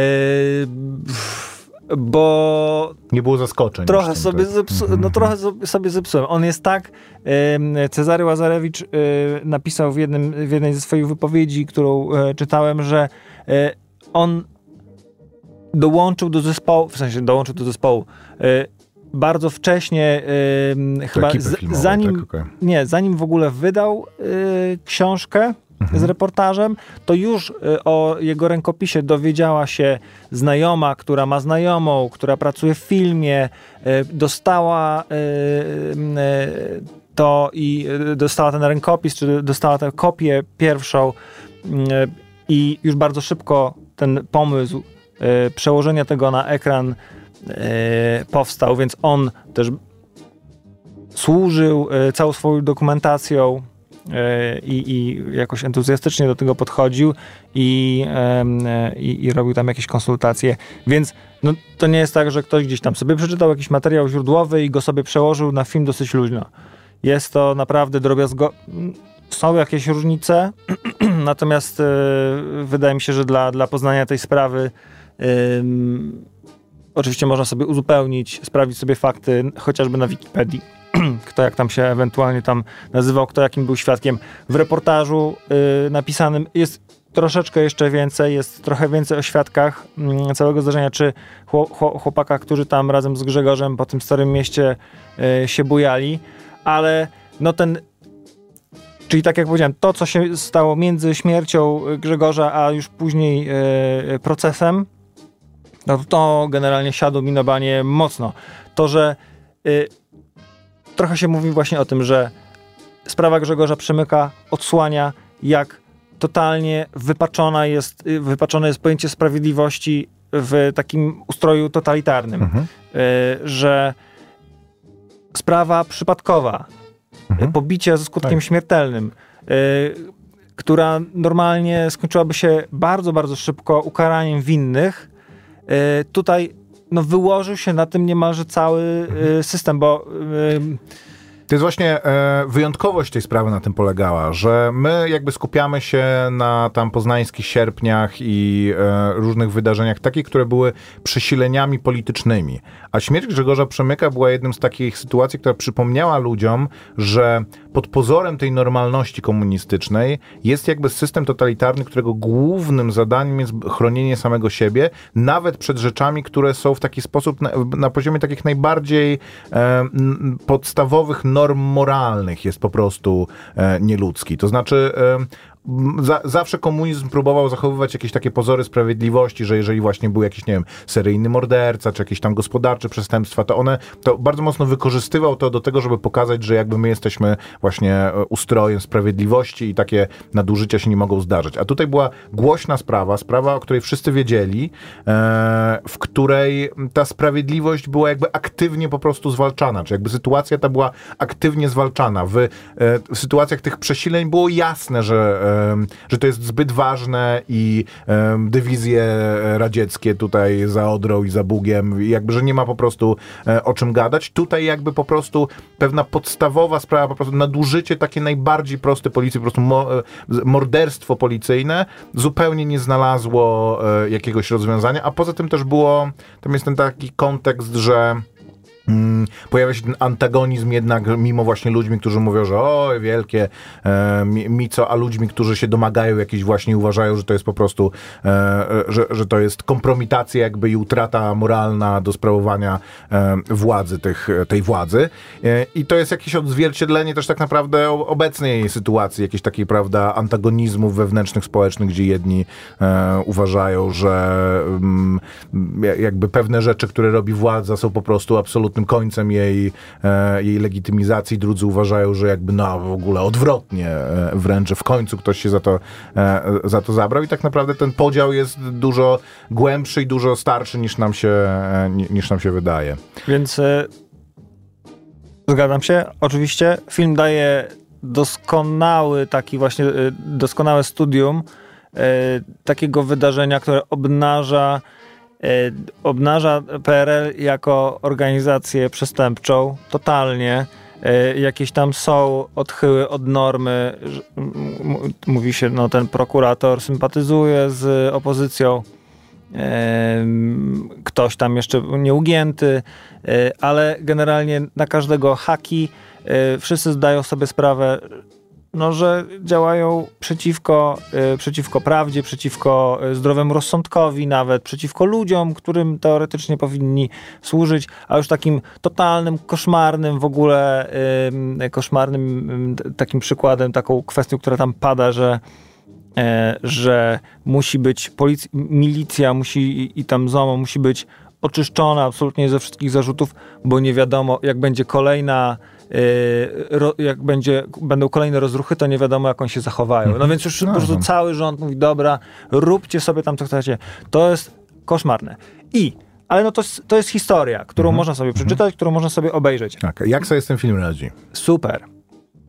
Speaker 3: bo
Speaker 2: nie było zaskoczeń.
Speaker 3: Trochę sobie, zepsu, no, trochę sobie zepsułem. On jest tak, e, Cezary Łazarewicz e, napisał w, jednym, w jednej ze swoich wypowiedzi, którą e, czytałem, że e, on dołączył do zespołu, w sensie dołączył do zespołu e, bardzo wcześnie, e, chyba z, filmowej, zanim, tak, okay. nie, zanim w ogóle wydał e, książkę mhm. z reportażem, to już y, o jego rękopisie dowiedziała się znajoma, która ma znajomą, która pracuje w filmie, y, dostała y, y, to i y, dostała ten rękopis, czy dostała tę kopię pierwszą y, i już bardzo szybko ten pomysł y, przełożenia tego na ekran y, powstał, więc on też służył y, całą swoją dokumentacją i, i jakoś entuzjastycznie do tego podchodził i, i, i robił tam jakieś konsultacje. Więc no, to nie jest tak, że ktoś gdzieś tam sobie przeczytał jakiś materiał źródłowy i go sobie przełożył na film dosyć luźno. Jest to naprawdę drobiazgo. Są jakieś różnice, natomiast y, wydaje mi się, że dla, dla poznania tej sprawy y, oczywiście można sobie uzupełnić, sprawdzić sobie fakty, chociażby na Wikipedii, kto jak tam się ewentualnie tam nazywał, kto jakim był świadkiem. W reportażu y, napisanym jest troszeczkę jeszcze więcej, jest trochę więcej o świadkach y, całego zdarzenia, czy chło, chłopakach, którzy tam razem z Grzegorzem po tym Starym Mieście y, się bujali, ale no ten, czyli tak jak powiedziałem, to co się stało między śmiercią Grzegorza, a już później y, procesem, no to generalnie siadło mi na banie mocno. To, że y, trochę się mówi właśnie o tym, że sprawa Grzegorza Przemyka odsłania, jak totalnie wypaczona jest, wypaczone jest pojęcie sprawiedliwości w takim ustroju totalitarnym. Mhm. Y, że sprawa przypadkowa, mhm. pobicie ze skutkiem tak. śmiertelnym, y, która normalnie skończyłaby się bardzo, bardzo szybko ukaraniem winnych, y, tutaj no, wyłożył się na tym niemalże cały y, system, bo y,
Speaker 2: to jest właśnie e, wyjątkowość tej sprawy na tym polegała, że my jakby skupiamy się na tam poznańskich sierpniach i e, różnych wydarzeniach takich, które były przesileniami politycznymi. A śmierć Grzegorza Przemyka była jedną z takich sytuacji, która przypomniała ludziom, że pod pozorem tej normalności komunistycznej jest jakby system totalitarny, którego głównym zadaniem jest chronienie samego siebie, nawet przed rzeczami, które są w taki sposób na, na poziomie takich najbardziej e, podstawowych norm moralnych jest po prostu e, nieludzki. To znaczy e, Za, zawsze komunizm próbował zachowywać jakieś takie pozory sprawiedliwości, że jeżeli właśnie był jakiś, nie wiem, seryjny morderca, czy jakieś tam gospodarcze przestępstwa, to one, to bardzo mocno wykorzystywał to do tego, żeby pokazać, że jakby my jesteśmy właśnie ustrojem sprawiedliwości i takie nadużycia się nie mogą zdarzyć. A tutaj była głośna sprawa, sprawa, o której wszyscy wiedzieli, e, w której ta sprawiedliwość była jakby aktywnie po prostu zwalczana, czy jakby sytuacja ta była aktywnie zwalczana. W, e, w sytuacjach tych przesileń było jasne, że że to jest zbyt ważne i um, dywizje radzieckie tutaj za Odrą i za Bugiem, jakby, że nie ma po prostu e, o czym gadać. Tutaj jakby po prostu pewna podstawowa sprawa, po prostu nadużycie takie najbardziej proste policji, po prostu mo, morderstwo policyjne zupełnie nie znalazło e, jakiegoś rozwiązania, a poza tym też było, tam jest ten taki kontekst, że Hmm, pojawia się ten antagonizm jednak mimo właśnie ludźmi, którzy mówią, że o, wielkie e, mi, mi co, a ludźmi, którzy się domagają jakiejś właśnie, uważają, że to jest po prostu, e, że, że to jest kompromitacja jakby i utrata moralna do sprawowania e, władzy, tych, tej władzy. E, I to jest jakieś odzwierciedlenie też tak naprawdę obecnej sytuacji, jakiejś takiej, prawda, antagonizmów wewnętrznych, społecznych, gdzie jedni e, uważają, że m, jakby pewne rzeczy, które robi władza, są po prostu absolutnie tym końcem jej, e, jej legitymizacji. Drudzy uważają, że jakby no w ogóle odwrotnie e, wręcz, że w końcu ktoś się za to, e, za to zabrał i tak naprawdę ten podział jest dużo głębszy i dużo starszy niż nam się, e, niż nam się wydaje.
Speaker 3: Więc e, zgadzam się. Oczywiście film daje doskonały taki właśnie, e, doskonałe studium e, takiego wydarzenia, które obnaża obnaża P R L jako organizację przestępczą totalnie. Jakieś tam są odchyły od normy. Mówi się, no ten prokurator sympatyzuje z opozycją. Ktoś tam jeszcze nieugięty, ale generalnie na każdego haki wszyscy zdają sobie sprawę, no, że działają przeciwko, y, przeciwko prawdzie, przeciwko zdrowemu rozsądkowi nawet, przeciwko ludziom, którym teoretycznie powinni służyć, a już takim totalnym, koszmarnym w ogóle, y, koszmarnym y, takim przykładem, taką kwestią, która tam pada, że y, że musi być policja, milicja musi i, i tam ZOMO musi być oczyszczona absolutnie ze wszystkich zarzutów, bo nie wiadomo, jak będzie kolejna jak będzie, będą kolejne rozruchy, to nie wiadomo, jak oni się zachowają. No więc już no, po prostu cały rząd mówi, dobra, róbcie sobie tam co chcecie. To jest koszmarne. I, ale no to, to jest historia, którą mhm. można sobie przeczytać, mhm. którą można sobie obejrzeć.
Speaker 2: Tak. Jak sobie z tym film radzi?
Speaker 3: Super.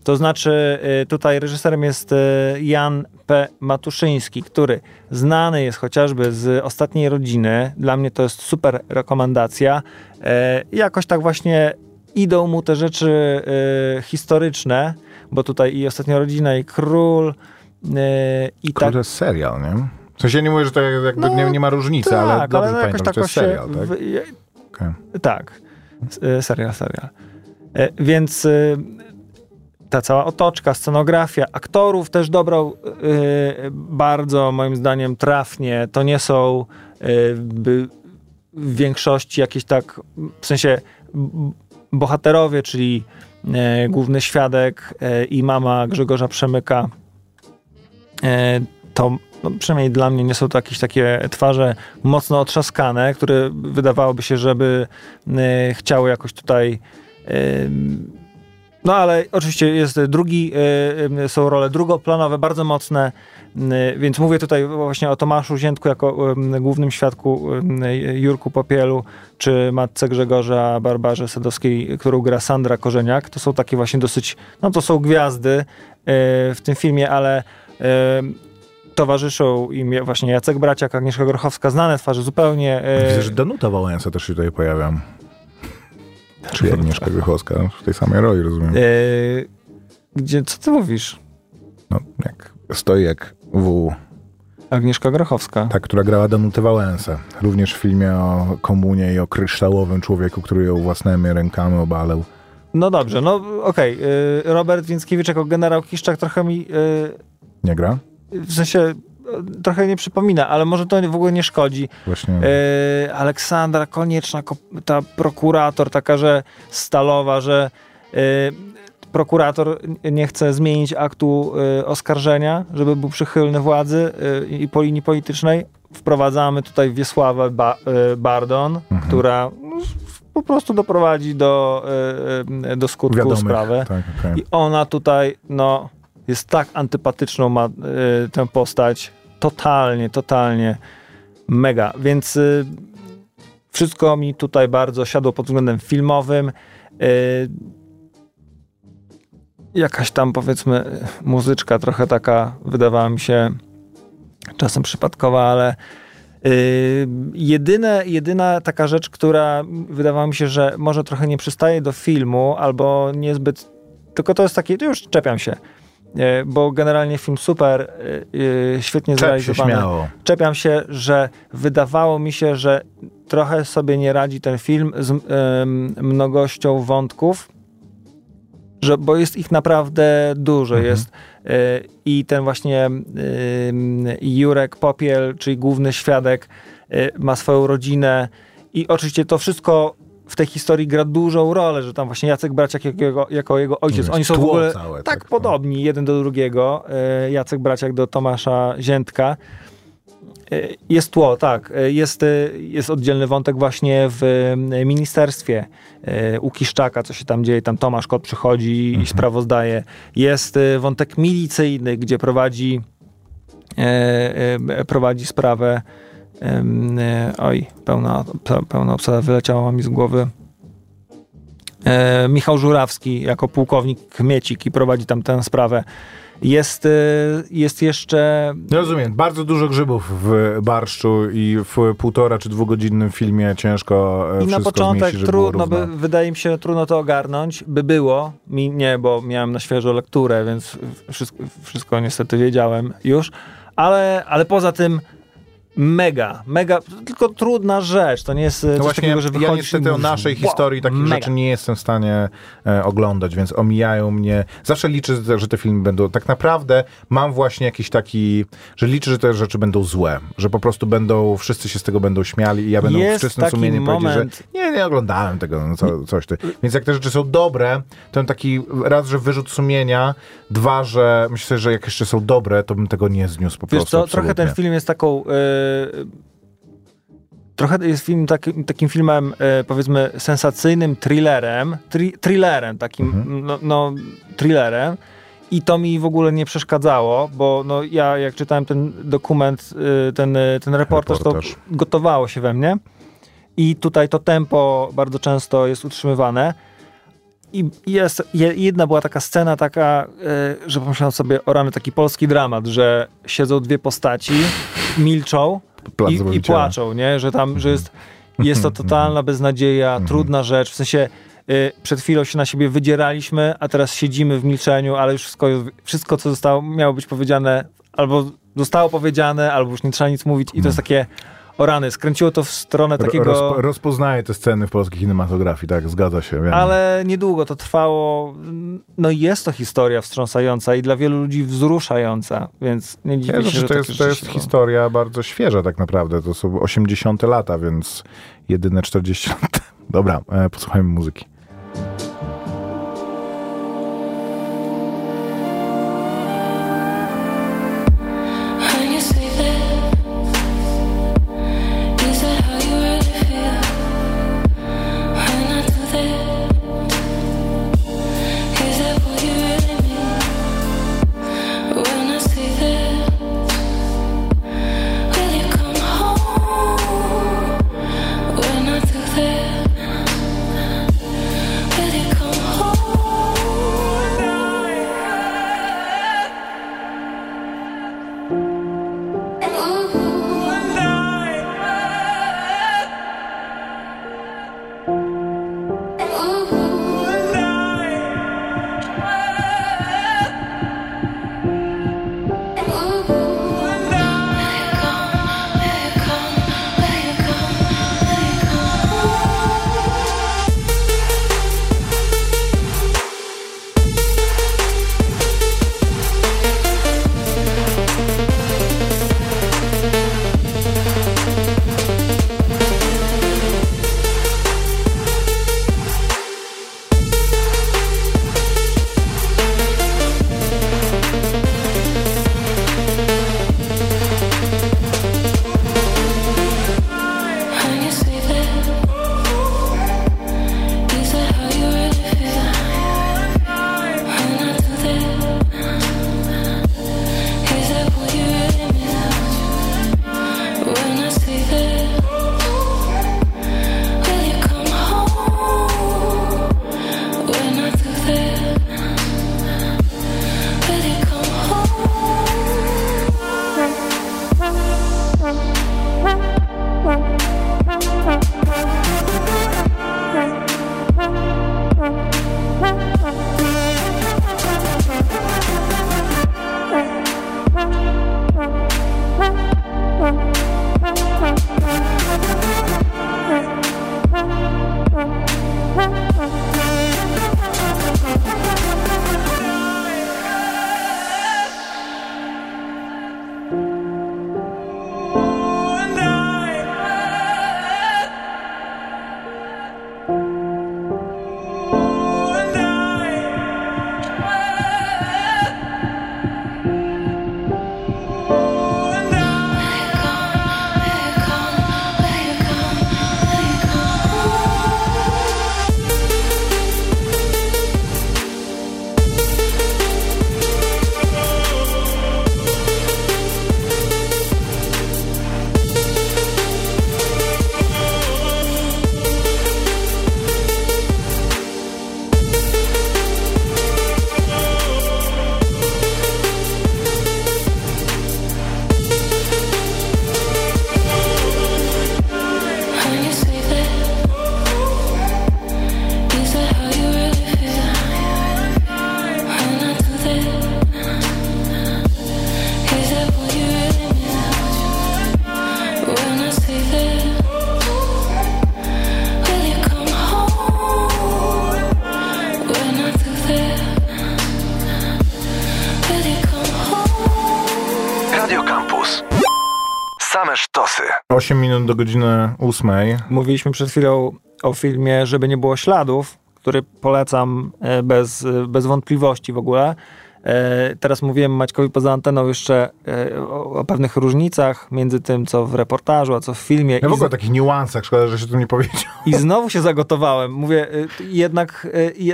Speaker 3: To znaczy tutaj reżyserem jest Jan P. Matuszyński, który znany jest chociażby z Ostatniej Rodziny. Dla mnie to jest super rekomendacja. Jakoś tak właśnie idą mu te rzeczy historyczne, bo tutaj i Ostatnia Rodzina, i Król, i
Speaker 2: Król
Speaker 3: tak...
Speaker 2: to jest serial, nie? W sensie nie mówię, że to jakby
Speaker 3: No,
Speaker 2: nie, nie ma różnicy,
Speaker 3: tak,
Speaker 2: ale dobrze
Speaker 3: ale
Speaker 2: pamiętam,
Speaker 3: jakoś
Speaker 2: że to jest
Speaker 3: tak
Speaker 2: serial,
Speaker 3: się
Speaker 2: tak?
Speaker 3: w-
Speaker 2: Okay.
Speaker 3: Tak, S- serial, serial. E, Więc y, ta cała otoczka, scenografia, aktorów też dobrał y, bardzo, moim zdaniem, trafnie. To nie są y, by, w większości jakieś tak, w sensie b- bohaterowie, czyli y, główny świadek y, i mama Grzegorza Przemyka, y, to no, przynajmniej dla mnie nie są to jakieś takie twarze mocno otrzaskane, które wydawałoby się, żeby y, chciały jakoś tutaj y, no ale oczywiście jest drugi, y, są role drugoplanowe, bardzo mocne, y, więc mówię tutaj właśnie o Tomaszu Ziętku jako y, głównym świadku, y, Jurku Popielu, czy matce Grzegorza, Barbarze Sadowskiej, którą gra Sandra Korzeniak. To są takie właśnie dosyć, no to są gwiazdy y, w tym filmie, ale y, towarzyszą im właśnie Jacek Braciak, Agnieszka Grochowska, znane twarze zupełnie. Y,
Speaker 2: Widzę, że Danuta Wałęsa też się tutaj pojawia. Czy Agnieszka Grochowska w tej samej roli, rozumiem.
Speaker 3: y, gdzie, co ty mówisz?
Speaker 2: No, jak stoi jak W.
Speaker 3: Agnieszka Grochowska.
Speaker 2: Ta, która grała Danutę Wałęsę. Również w filmie o komunie i o kryształowym człowieku, który ją własnymi rękami obalał.
Speaker 3: No dobrze, no okej. Okay. Robert Więckiewicz jako generał Kiszczak trochę mi, y,
Speaker 2: Nie gra?
Speaker 3: w sensie y, trochę nie przypomina, ale może to w ogóle nie szkodzi.
Speaker 2: Właśnie.
Speaker 3: Y, Aleksandra Konieczna, ko- ta prokurator taka, że stalowa, że y, prokurator nie chce zmienić aktu y, oskarżenia, żeby był przychylny władzy y, i po linii politycznej. Wprowadzamy tutaj Wiesławę ba- y, Bardon,
Speaker 2: Mhm.
Speaker 3: która no, po prostu doprowadzi do, y, do skutku
Speaker 2: Wiadomych,
Speaker 3: sprawę.
Speaker 2: tak, okay.
Speaker 3: I ona tutaj, no, jest tak antypatyczną ma y, tę postać. Totalnie, totalnie mega. Więc y, wszystko mi tutaj bardzo siadło pod względem filmowym. Y, jakaś tam, powiedzmy, muzyczka trochę taka wydawała mi się czasem przypadkowa, ale yy, jedyne, jedyna taka rzecz, która wydawała mi się, że może trochę nie przystaje do filmu, albo niezbyt, tylko to jest takie, to już czepiam się, yy, bo generalnie film super, yy, świetnie
Speaker 2: Czep się
Speaker 3: zrealizowany.
Speaker 2: śmiało.
Speaker 3: Czepiam się, że wydawało mi się, że trochę sobie nie radzi ten film z yy, mnogością wątków, że, bo jest ich naprawdę dużo.
Speaker 2: Mhm.
Speaker 3: Jest y, i ten właśnie y, Jurek Popiel, czyli główny świadek, y, ma swoją rodzinę i oczywiście to wszystko w tej historii gra dużą rolę, że tam właśnie Jacek Braciak jako jego, jako jego ojciec.
Speaker 2: Jest
Speaker 3: Oni są w
Speaker 2: tło
Speaker 3: ogóle
Speaker 2: całe,
Speaker 3: tak,
Speaker 2: tak,
Speaker 3: podobni jeden do drugiego. Y, Jacek Braciak do Tomasza Ziętka. Y, Jest tło, tak. Y, Jest, y, jest oddzielny wątek właśnie w y, ministerstwie y, u Kiszczaka, co się tam dzieje. Tam Tomasz Kot przychodzi
Speaker 2: Mhm.
Speaker 3: i sprawozdaje. Jest y, wątek milicyjny, gdzie prowadzi y, y, prowadzi sprawę y, y, oj, pełna, pe- pełna obsada wyleciała mi z głowy. Y, Michał Żurawski jako pułkownik Kmiecik i prowadzi tam tę sprawę. Jest, y, jest jeszcze...
Speaker 2: Nie rozumiem. Bardzo dużo grzybów w barszczu i w półtora czy dwugodzinnym filmie ciężko e,
Speaker 3: I na
Speaker 2: wszystko
Speaker 3: początek
Speaker 2: zmieścić, żeby było
Speaker 3: trudno, by,
Speaker 2: równo.
Speaker 3: wydaje mi się, trudno to ogarnąć. By było, mi nie, bo miałem na świeżo lekturę, więc wszystko, wszystko niestety wiedziałem już. Ale, ale poza tym mega, mega, tylko trudna rzecz. To nie jest coś
Speaker 2: No właśnie,
Speaker 3: takiego, że
Speaker 2: ja
Speaker 3: wychodzisz
Speaker 2: niestety
Speaker 3: i
Speaker 2: o
Speaker 3: mówisz,
Speaker 2: naszej
Speaker 3: wow,
Speaker 2: historii takich
Speaker 3: mega.
Speaker 2: rzeczy nie jestem w stanie e, oglądać, więc omijają mnie. Zawsze liczę, że te filmy będą, tak naprawdę mam właśnie jakiś taki, że liczę, że te rzeczy będą złe, że po prostu będą, wszyscy się z tego będą śmiali i ja będę
Speaker 3: Jest
Speaker 2: w czystym
Speaker 3: taki
Speaker 2: sumieniu powiedzieć,
Speaker 3: moment-
Speaker 2: że nie, nie oglądałem tego, no co, coś ty. Więc jak te rzeczy są dobre, to mam taki raz, że wyrzut sumienia, dwa, że myślę, że jak jeszcze są dobre, to bym tego nie zniósł po
Speaker 3: Wiesz
Speaker 2: prostu.
Speaker 3: co, trochę ten
Speaker 2: absolutnie.
Speaker 3: film jest taką... Yy, trochę jest film taki, takim filmem, yy, powiedzmy, sensacyjnym thrillerem, tri, thrillerem, takim,
Speaker 2: Mhm.
Speaker 3: no, no, thrillerem. I to mi w ogóle nie przeszkadzało, bo no, ja jak czytałem ten dokument, yy, ten, yy, ten reportaż,
Speaker 2: Reportaż.
Speaker 3: to gotowało się we mnie. I tutaj to tempo bardzo często jest utrzymywane. i jest, jedna była taka scena taka, że pomyślałem sobie, o rany, taki polski dramat, że siedzą dwie postaci, milczą i, i płaczą, nie? Że tam, że jest, jest to totalna beznadzieja, trudna rzecz, w sensie przed chwilą się na siebie wydzieraliśmy, a teraz siedzimy w milczeniu, ale już wszystko, wszystko co zostało, miało być powiedziane, albo zostało powiedziane, albo już nie trzeba nic mówić i to jest takie, o rany, skręciło to w stronę takiego...
Speaker 2: Rozpo, rozpoznaję te sceny w polskiej kinematografii, tak, zgadza się. Wiem.
Speaker 3: Ale niedługo to trwało, no i jest to historia wstrząsająca i dla wielu ludzi wzruszająca, więc nie dziwię się,
Speaker 2: że,
Speaker 3: że
Speaker 2: to jest, to jest historia bardzo świeża tak naprawdę, to są osiemdziesiąte lata, więc jedyne czterdzieści lat. Dobra, e, posłuchajmy muzyki.
Speaker 1: Same sztosy.
Speaker 2: osiem minut do godziny ósmej.
Speaker 3: Mówiliśmy przed chwilą o filmie Żeby nie było śladów, który polecam bez, bez wątpliwości w ogóle. Teraz mówiłem Maćkowi poza anteną jeszcze o, o pewnych różnicach między tym, co w reportażu, a co w filmie.
Speaker 2: Ja w ogóle o takich niuansach, szkoda, że się tu nie powiedział.
Speaker 3: I znowu się zagotowałem. Mówię, jednak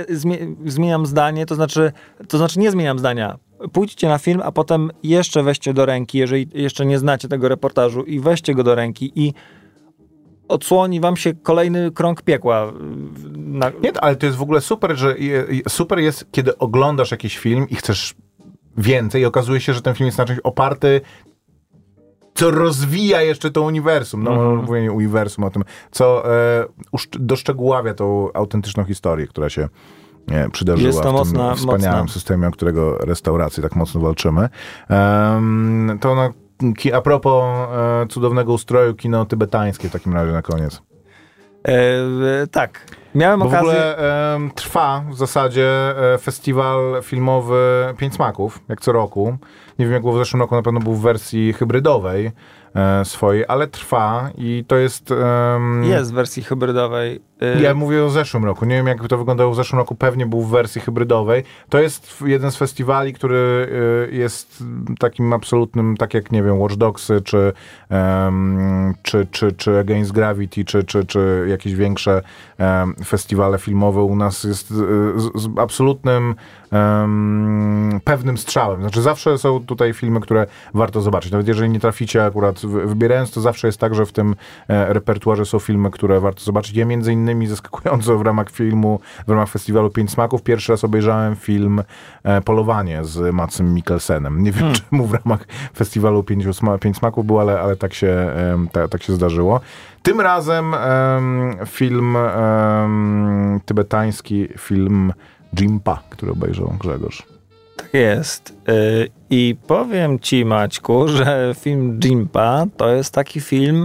Speaker 3: zmieniam zdanie, to znaczy, to znaczy nie zmieniam zdania. Pójdźcie na film, a potem jeszcze weźcie do ręki, jeżeli jeszcze nie znacie tego reportażu, i weźcie go do ręki i odsłoni wam się kolejny krąg piekła. Na...
Speaker 2: Nie, ale to jest w ogóle super, że super jest, kiedy oglądasz jakiś film i chcesz więcej i okazuje się, że ten film jest na czymś oparty, co rozwija jeszcze to uniwersum. No, mm. mówię nie uniwersum o tym, co e, uszcz- doszczegóławia tą autentyczną historię, która się nie, przydarzyła
Speaker 3: jest to
Speaker 2: w
Speaker 3: mocna,
Speaker 2: tym wspaniałym
Speaker 3: mocna.
Speaker 2: systemie, o którego restauracji tak mocno walczymy. Um, to no, ki- a propos e, cudownego ustroju, kino tybetańskie w takim razie na koniec.
Speaker 3: E, tak. Miałem
Speaker 2: Bo
Speaker 3: okazję...
Speaker 2: w ogóle e, trwa w zasadzie e, festiwal filmowy Pięć Smaków, jak co roku. Nie wiem, jak było w zeszłym roku, na pewno był w wersji hybrydowej e, swojej, ale trwa i to jest... Um,
Speaker 3: jest w wersji hybrydowej. Y...
Speaker 2: Ja mówię o zeszłym roku. Nie wiem, jak to wyglądało w zeszłym roku. Pewnie był w wersji hybrydowej. To jest jeden z festiwali, który y, jest takim absolutnym, tak jak, nie wiem, Watch Dogsy, czy, um, czy, czy, czy Against Gravity, czy, czy, czy jakieś większe um, festiwale filmowe u nas jest y, z, z absolutnym um, pewnym strzałem. Znaczy zawsze są tutaj filmy, które warto zobaczyć. Nawet jeżeli nie traficie akurat wybierając, to zawsze jest tak, że w tym e, repertuarze są filmy, które warto zobaczyć. Ja między innymi zaskakująco w ramach filmu, w ramach festiwalu Pięć Smaków pierwszy raz obejrzałem film e, Polowanie z Madsem Mikkelsenem. Nie wiem, hmm. czemu w ramach festiwalu Pięć, Pięć Smaków był, ale, ale tak, się, e, ta, tak się zdarzyło. Tym razem e, film e, tybetański, film Jimpa, który obejrzał Grzegorz.
Speaker 3: Tak jest. Yy, I powiem ci, Maćku, że film Jimpa to jest taki film,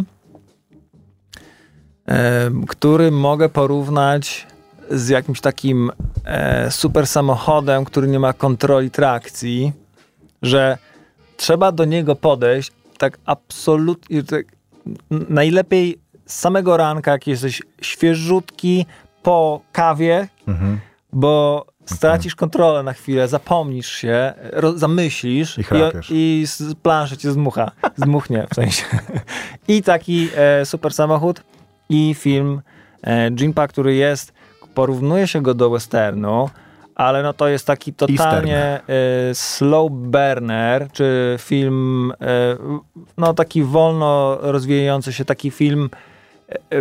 Speaker 3: yy, który mogę porównać z jakimś takim yy, super samochodem, który nie ma kontroli trakcji, że trzeba do niego podejść tak absolutnie, tak najlepiej z samego ranka, jak jesteś świeżutki po kawie, mhm. bo stracisz kontrolę na chwilę, zapomnisz się, roz, zamyślisz i, i, i z planszy cię zdmucha. Zdmuchnie w sensie. I taki e, super samochód i film e, Jimpa, który jest, porównuje się go do westernu, ale no to jest taki totalnie e, slow burner, czy film e, no taki wolno rozwijający się, taki film e, e,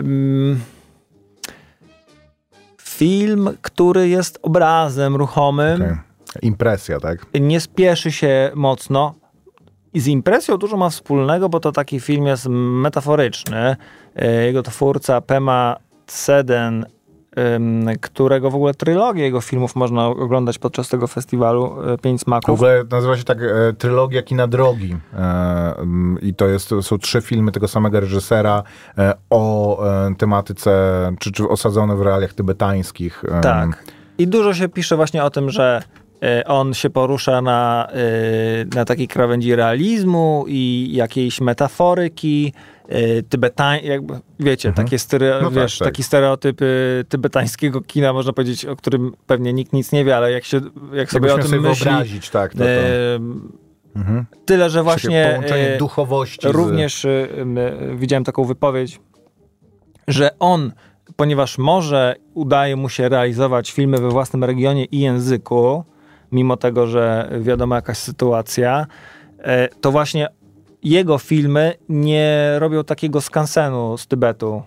Speaker 3: film, który jest obrazem ruchomym. Okay.
Speaker 2: Impresja, tak?
Speaker 3: Nie spieszy się mocno. I z impresją dużo ma wspólnego, bo to taki film jest metaforyczny. Jego twórca Pema Tseden, którego w ogóle trylogię jego filmów można oglądać podczas tego festiwalu Pięć Smaków.
Speaker 2: W ogóle nazywa się tak e, trylogia kina drogi. E, I to, jest, to są trzy filmy tego samego reżysera e, o e, tematyce, czy, czy osadzone w realiach tybetańskich. E.
Speaker 3: Tak. I dużo się pisze właśnie o tym, że e, on się porusza na, e, na takiej krawędzi realizmu i jakiejś metaforyki, Tybetań, jakby, wiecie, mhm. takie stereo, no wiesz, tak, tak. taki stereotyp y, tybetańskiego kina, można powiedzieć, o którym pewnie nikt nic nie wie, ale jak się jak sobie o tym
Speaker 2: sobie
Speaker 3: myśli,
Speaker 2: wyobrazić, tak, to, to.
Speaker 3: Y, mhm. Tyle, że właśnie
Speaker 2: połączenie duchowości.
Speaker 3: Również z... y, y, widziałem taką wypowiedź, że on, ponieważ może udaje mu się realizować filmy we własnym regionie i języku, mimo tego, że wiadomo jakaś sytuacja, y, to właśnie jego filmy nie robią takiego skansenu z Tybetu,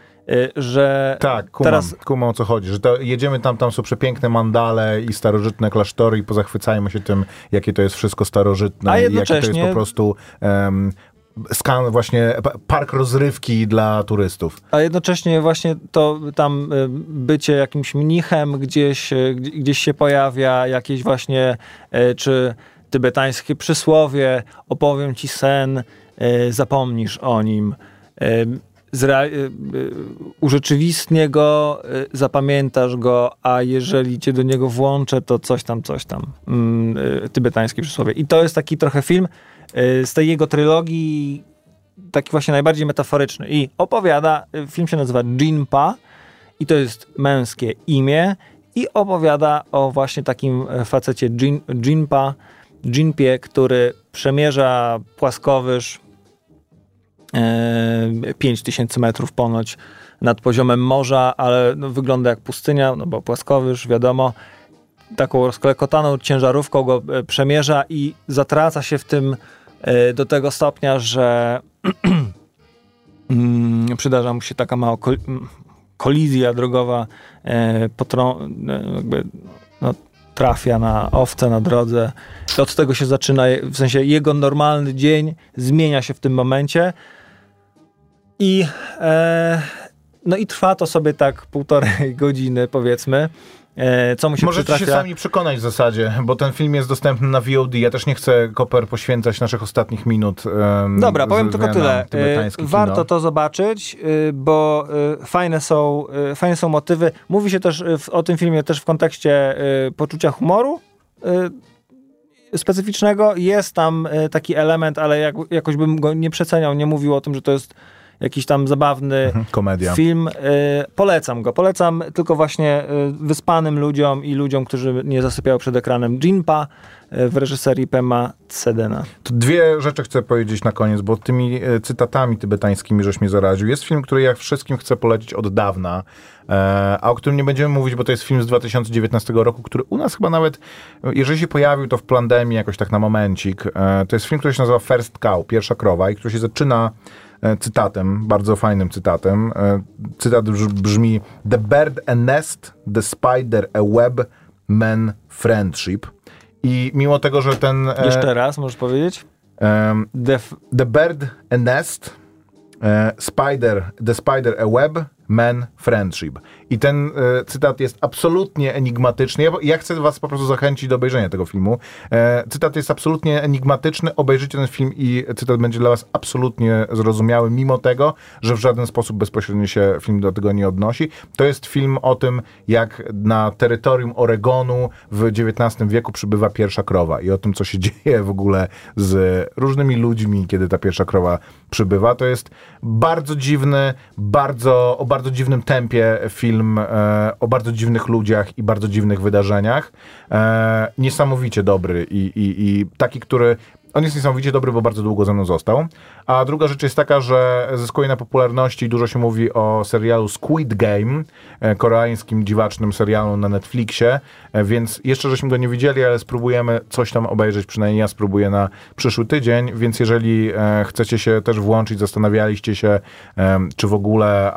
Speaker 3: że
Speaker 2: tak, kumam,
Speaker 3: teraz...
Speaker 2: kumam o co chodzi, że to jedziemy tam, tam są przepiękne mandale i starożytne klasztory i pozachwycajmy się tym, jakie to jest wszystko starożytne i jakie to jest po prostu um, skan, właśnie park rozrywki dla turystów.
Speaker 3: A jednocześnie właśnie to tam bycie jakimś mnichem gdzieś, gdzieś się pojawia, jakieś właśnie, czy tybetańskie przysłowie, opowiem ci sen, y, zapomnisz o nim. Y, zra- y, y, urzeczywistnie go, y, zapamiętasz go, a jeżeli cię do niego włączę, to coś tam, coś tam. Y, y, tybetańskie przysłowie. I to jest taki trochę film y, z tej jego trylogii, taki właśnie najbardziej metaforyczny. I opowiada, y, film się nazywa Jimpa i to jest męskie imię i opowiada o właśnie takim facecie Jin, Jimpa, Jimpie, który przemierza płaskowyż e, pięć tysięcy metrów ponoć nad poziomem morza, ale no, wygląda jak pustynia, no bo płaskowyż, wiadomo, taką rozklekotaną ciężarówką go e, przemierza i zatraca się w tym e, do tego stopnia, że mm, przydarza mu się taka mała kol- kolizja drogowa, e, potrą- e, jakby, no, trafia na owce na drodze. I od tego się zaczyna, w sensie jego normalny dzień zmienia się w tym momencie i e, no i trwa to sobie tak półtorej godziny, powiedzmy. E, co mu się
Speaker 2: Możecie
Speaker 3: przytrafia.
Speaker 2: się sami przekonać w zasadzie, bo ten film jest dostępny na V O D. Ja też nie chcę, Koper, poświęcać naszych ostatnich minut. Um,
Speaker 3: Dobra, powiem tylko tyle. E, warto
Speaker 2: kino.
Speaker 3: to zobaczyć, e, bo e, fajne są, e, fajne są motywy. Mówi się też w, o tym filmie też w kontekście e, poczucia humoru e, specyficznego. Jest tam e, taki element, ale jak, jakoś bym go nie przeceniał, nie mówił o tym, że to jest jakiś tam zabawny
Speaker 2: mhm, komedia.
Speaker 3: film. E, polecam go. Polecam tylko właśnie e, wyspanym ludziom i ludziom, którzy nie zasypiają przed ekranem. Jinpa e, w reżyserii Pema Tsedena.
Speaker 2: To dwie rzeczy chcę powiedzieć na koniec, bo tymi e, cytatami tybetańskimi żeś mnie zaraził. Jest film, który ja wszystkim chcę polecić od dawna, e, a o którym nie będziemy mówić, bo to jest film z dwa tysiące dziewiętnastego roku, który u nas chyba nawet, jeżeli się pojawił, to w pandemii jakoś tak na momencik. E, to jest film, który się nazywa First Cow, Pierwsza krowa, i który się zaczyna cytatem, bardzo fajnym cytatem. Cytat brzmi: The bird a nest, the spider a web, man friendship. I mimo tego, że ten...
Speaker 3: Jeszcze raz, możesz powiedzieć?
Speaker 2: Um, the, the bird a nest, e, spider, the spider a web, man friendship. I ten e, cytat jest absolutnie enigmatyczny. Ja, ja chcę was po prostu zachęcić do obejrzenia tego filmu. E, cytat jest absolutnie enigmatyczny. Obejrzyjcie ten film i cytat będzie dla was absolutnie zrozumiały, mimo tego, że w żaden sposób bezpośrednio się film do tego nie odnosi. To jest film o tym, jak na terytorium Oregonu w dziewiętnastym wieku przybywa pierwsza krowa i o tym, co się dzieje w ogóle z różnymi ludźmi, kiedy ta pierwsza krowa przybywa. To jest bardzo dziwny, bardzo, o bardzo dziwnym tempie film, e, o bardzo dziwnych ludziach i bardzo dziwnych wydarzeniach. E, niesamowicie dobry i, i, i taki, który... On jest niesamowicie dobry, bo bardzo długo ze mną został. A druga rzecz jest taka, że zyskuje na popularności. Dużo się mówi o serialu Squid Game, koreańskim dziwacznym serialu na Netflixie, więc jeszcze żeśmy go nie widzieli, ale spróbujemy coś tam obejrzeć, przynajmniej ja spróbuję na przyszły tydzień, więc jeżeli chcecie się też włączyć, zastanawialiście się, czy w ogóle,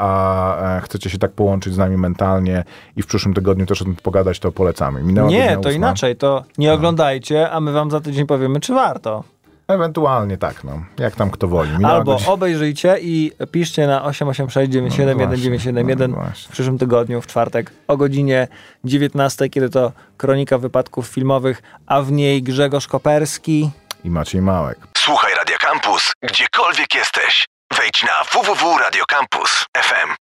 Speaker 2: a chcecie się tak połączyć z nami mentalnie i w przyszłym tygodniu też o tym pogadać, to polecamy. Minęła
Speaker 3: nie, to inaczej, to nie oglądajcie, a my wam za tydzień powiemy, czy warto.
Speaker 2: Ewentualnie tak, no. Jak tam kto woli. Minęła
Speaker 3: Albo
Speaker 2: godzina...
Speaker 3: obejrzyjcie i piszcie na osiem osiem sześć dziewięć siedem jeden dziewięć siedem jeden
Speaker 2: no
Speaker 3: w przyszłym tygodniu, w czwartek o godzinie dziewiętnastej, kiedy to kronika wypadków filmowych, a w niej Grzegorz Koperski
Speaker 2: i Maciej Małek.
Speaker 1: Słuchaj Radio Campus, gdziekolwiek jesteś. Wejdź na w w w kropka radio campus kropka f m.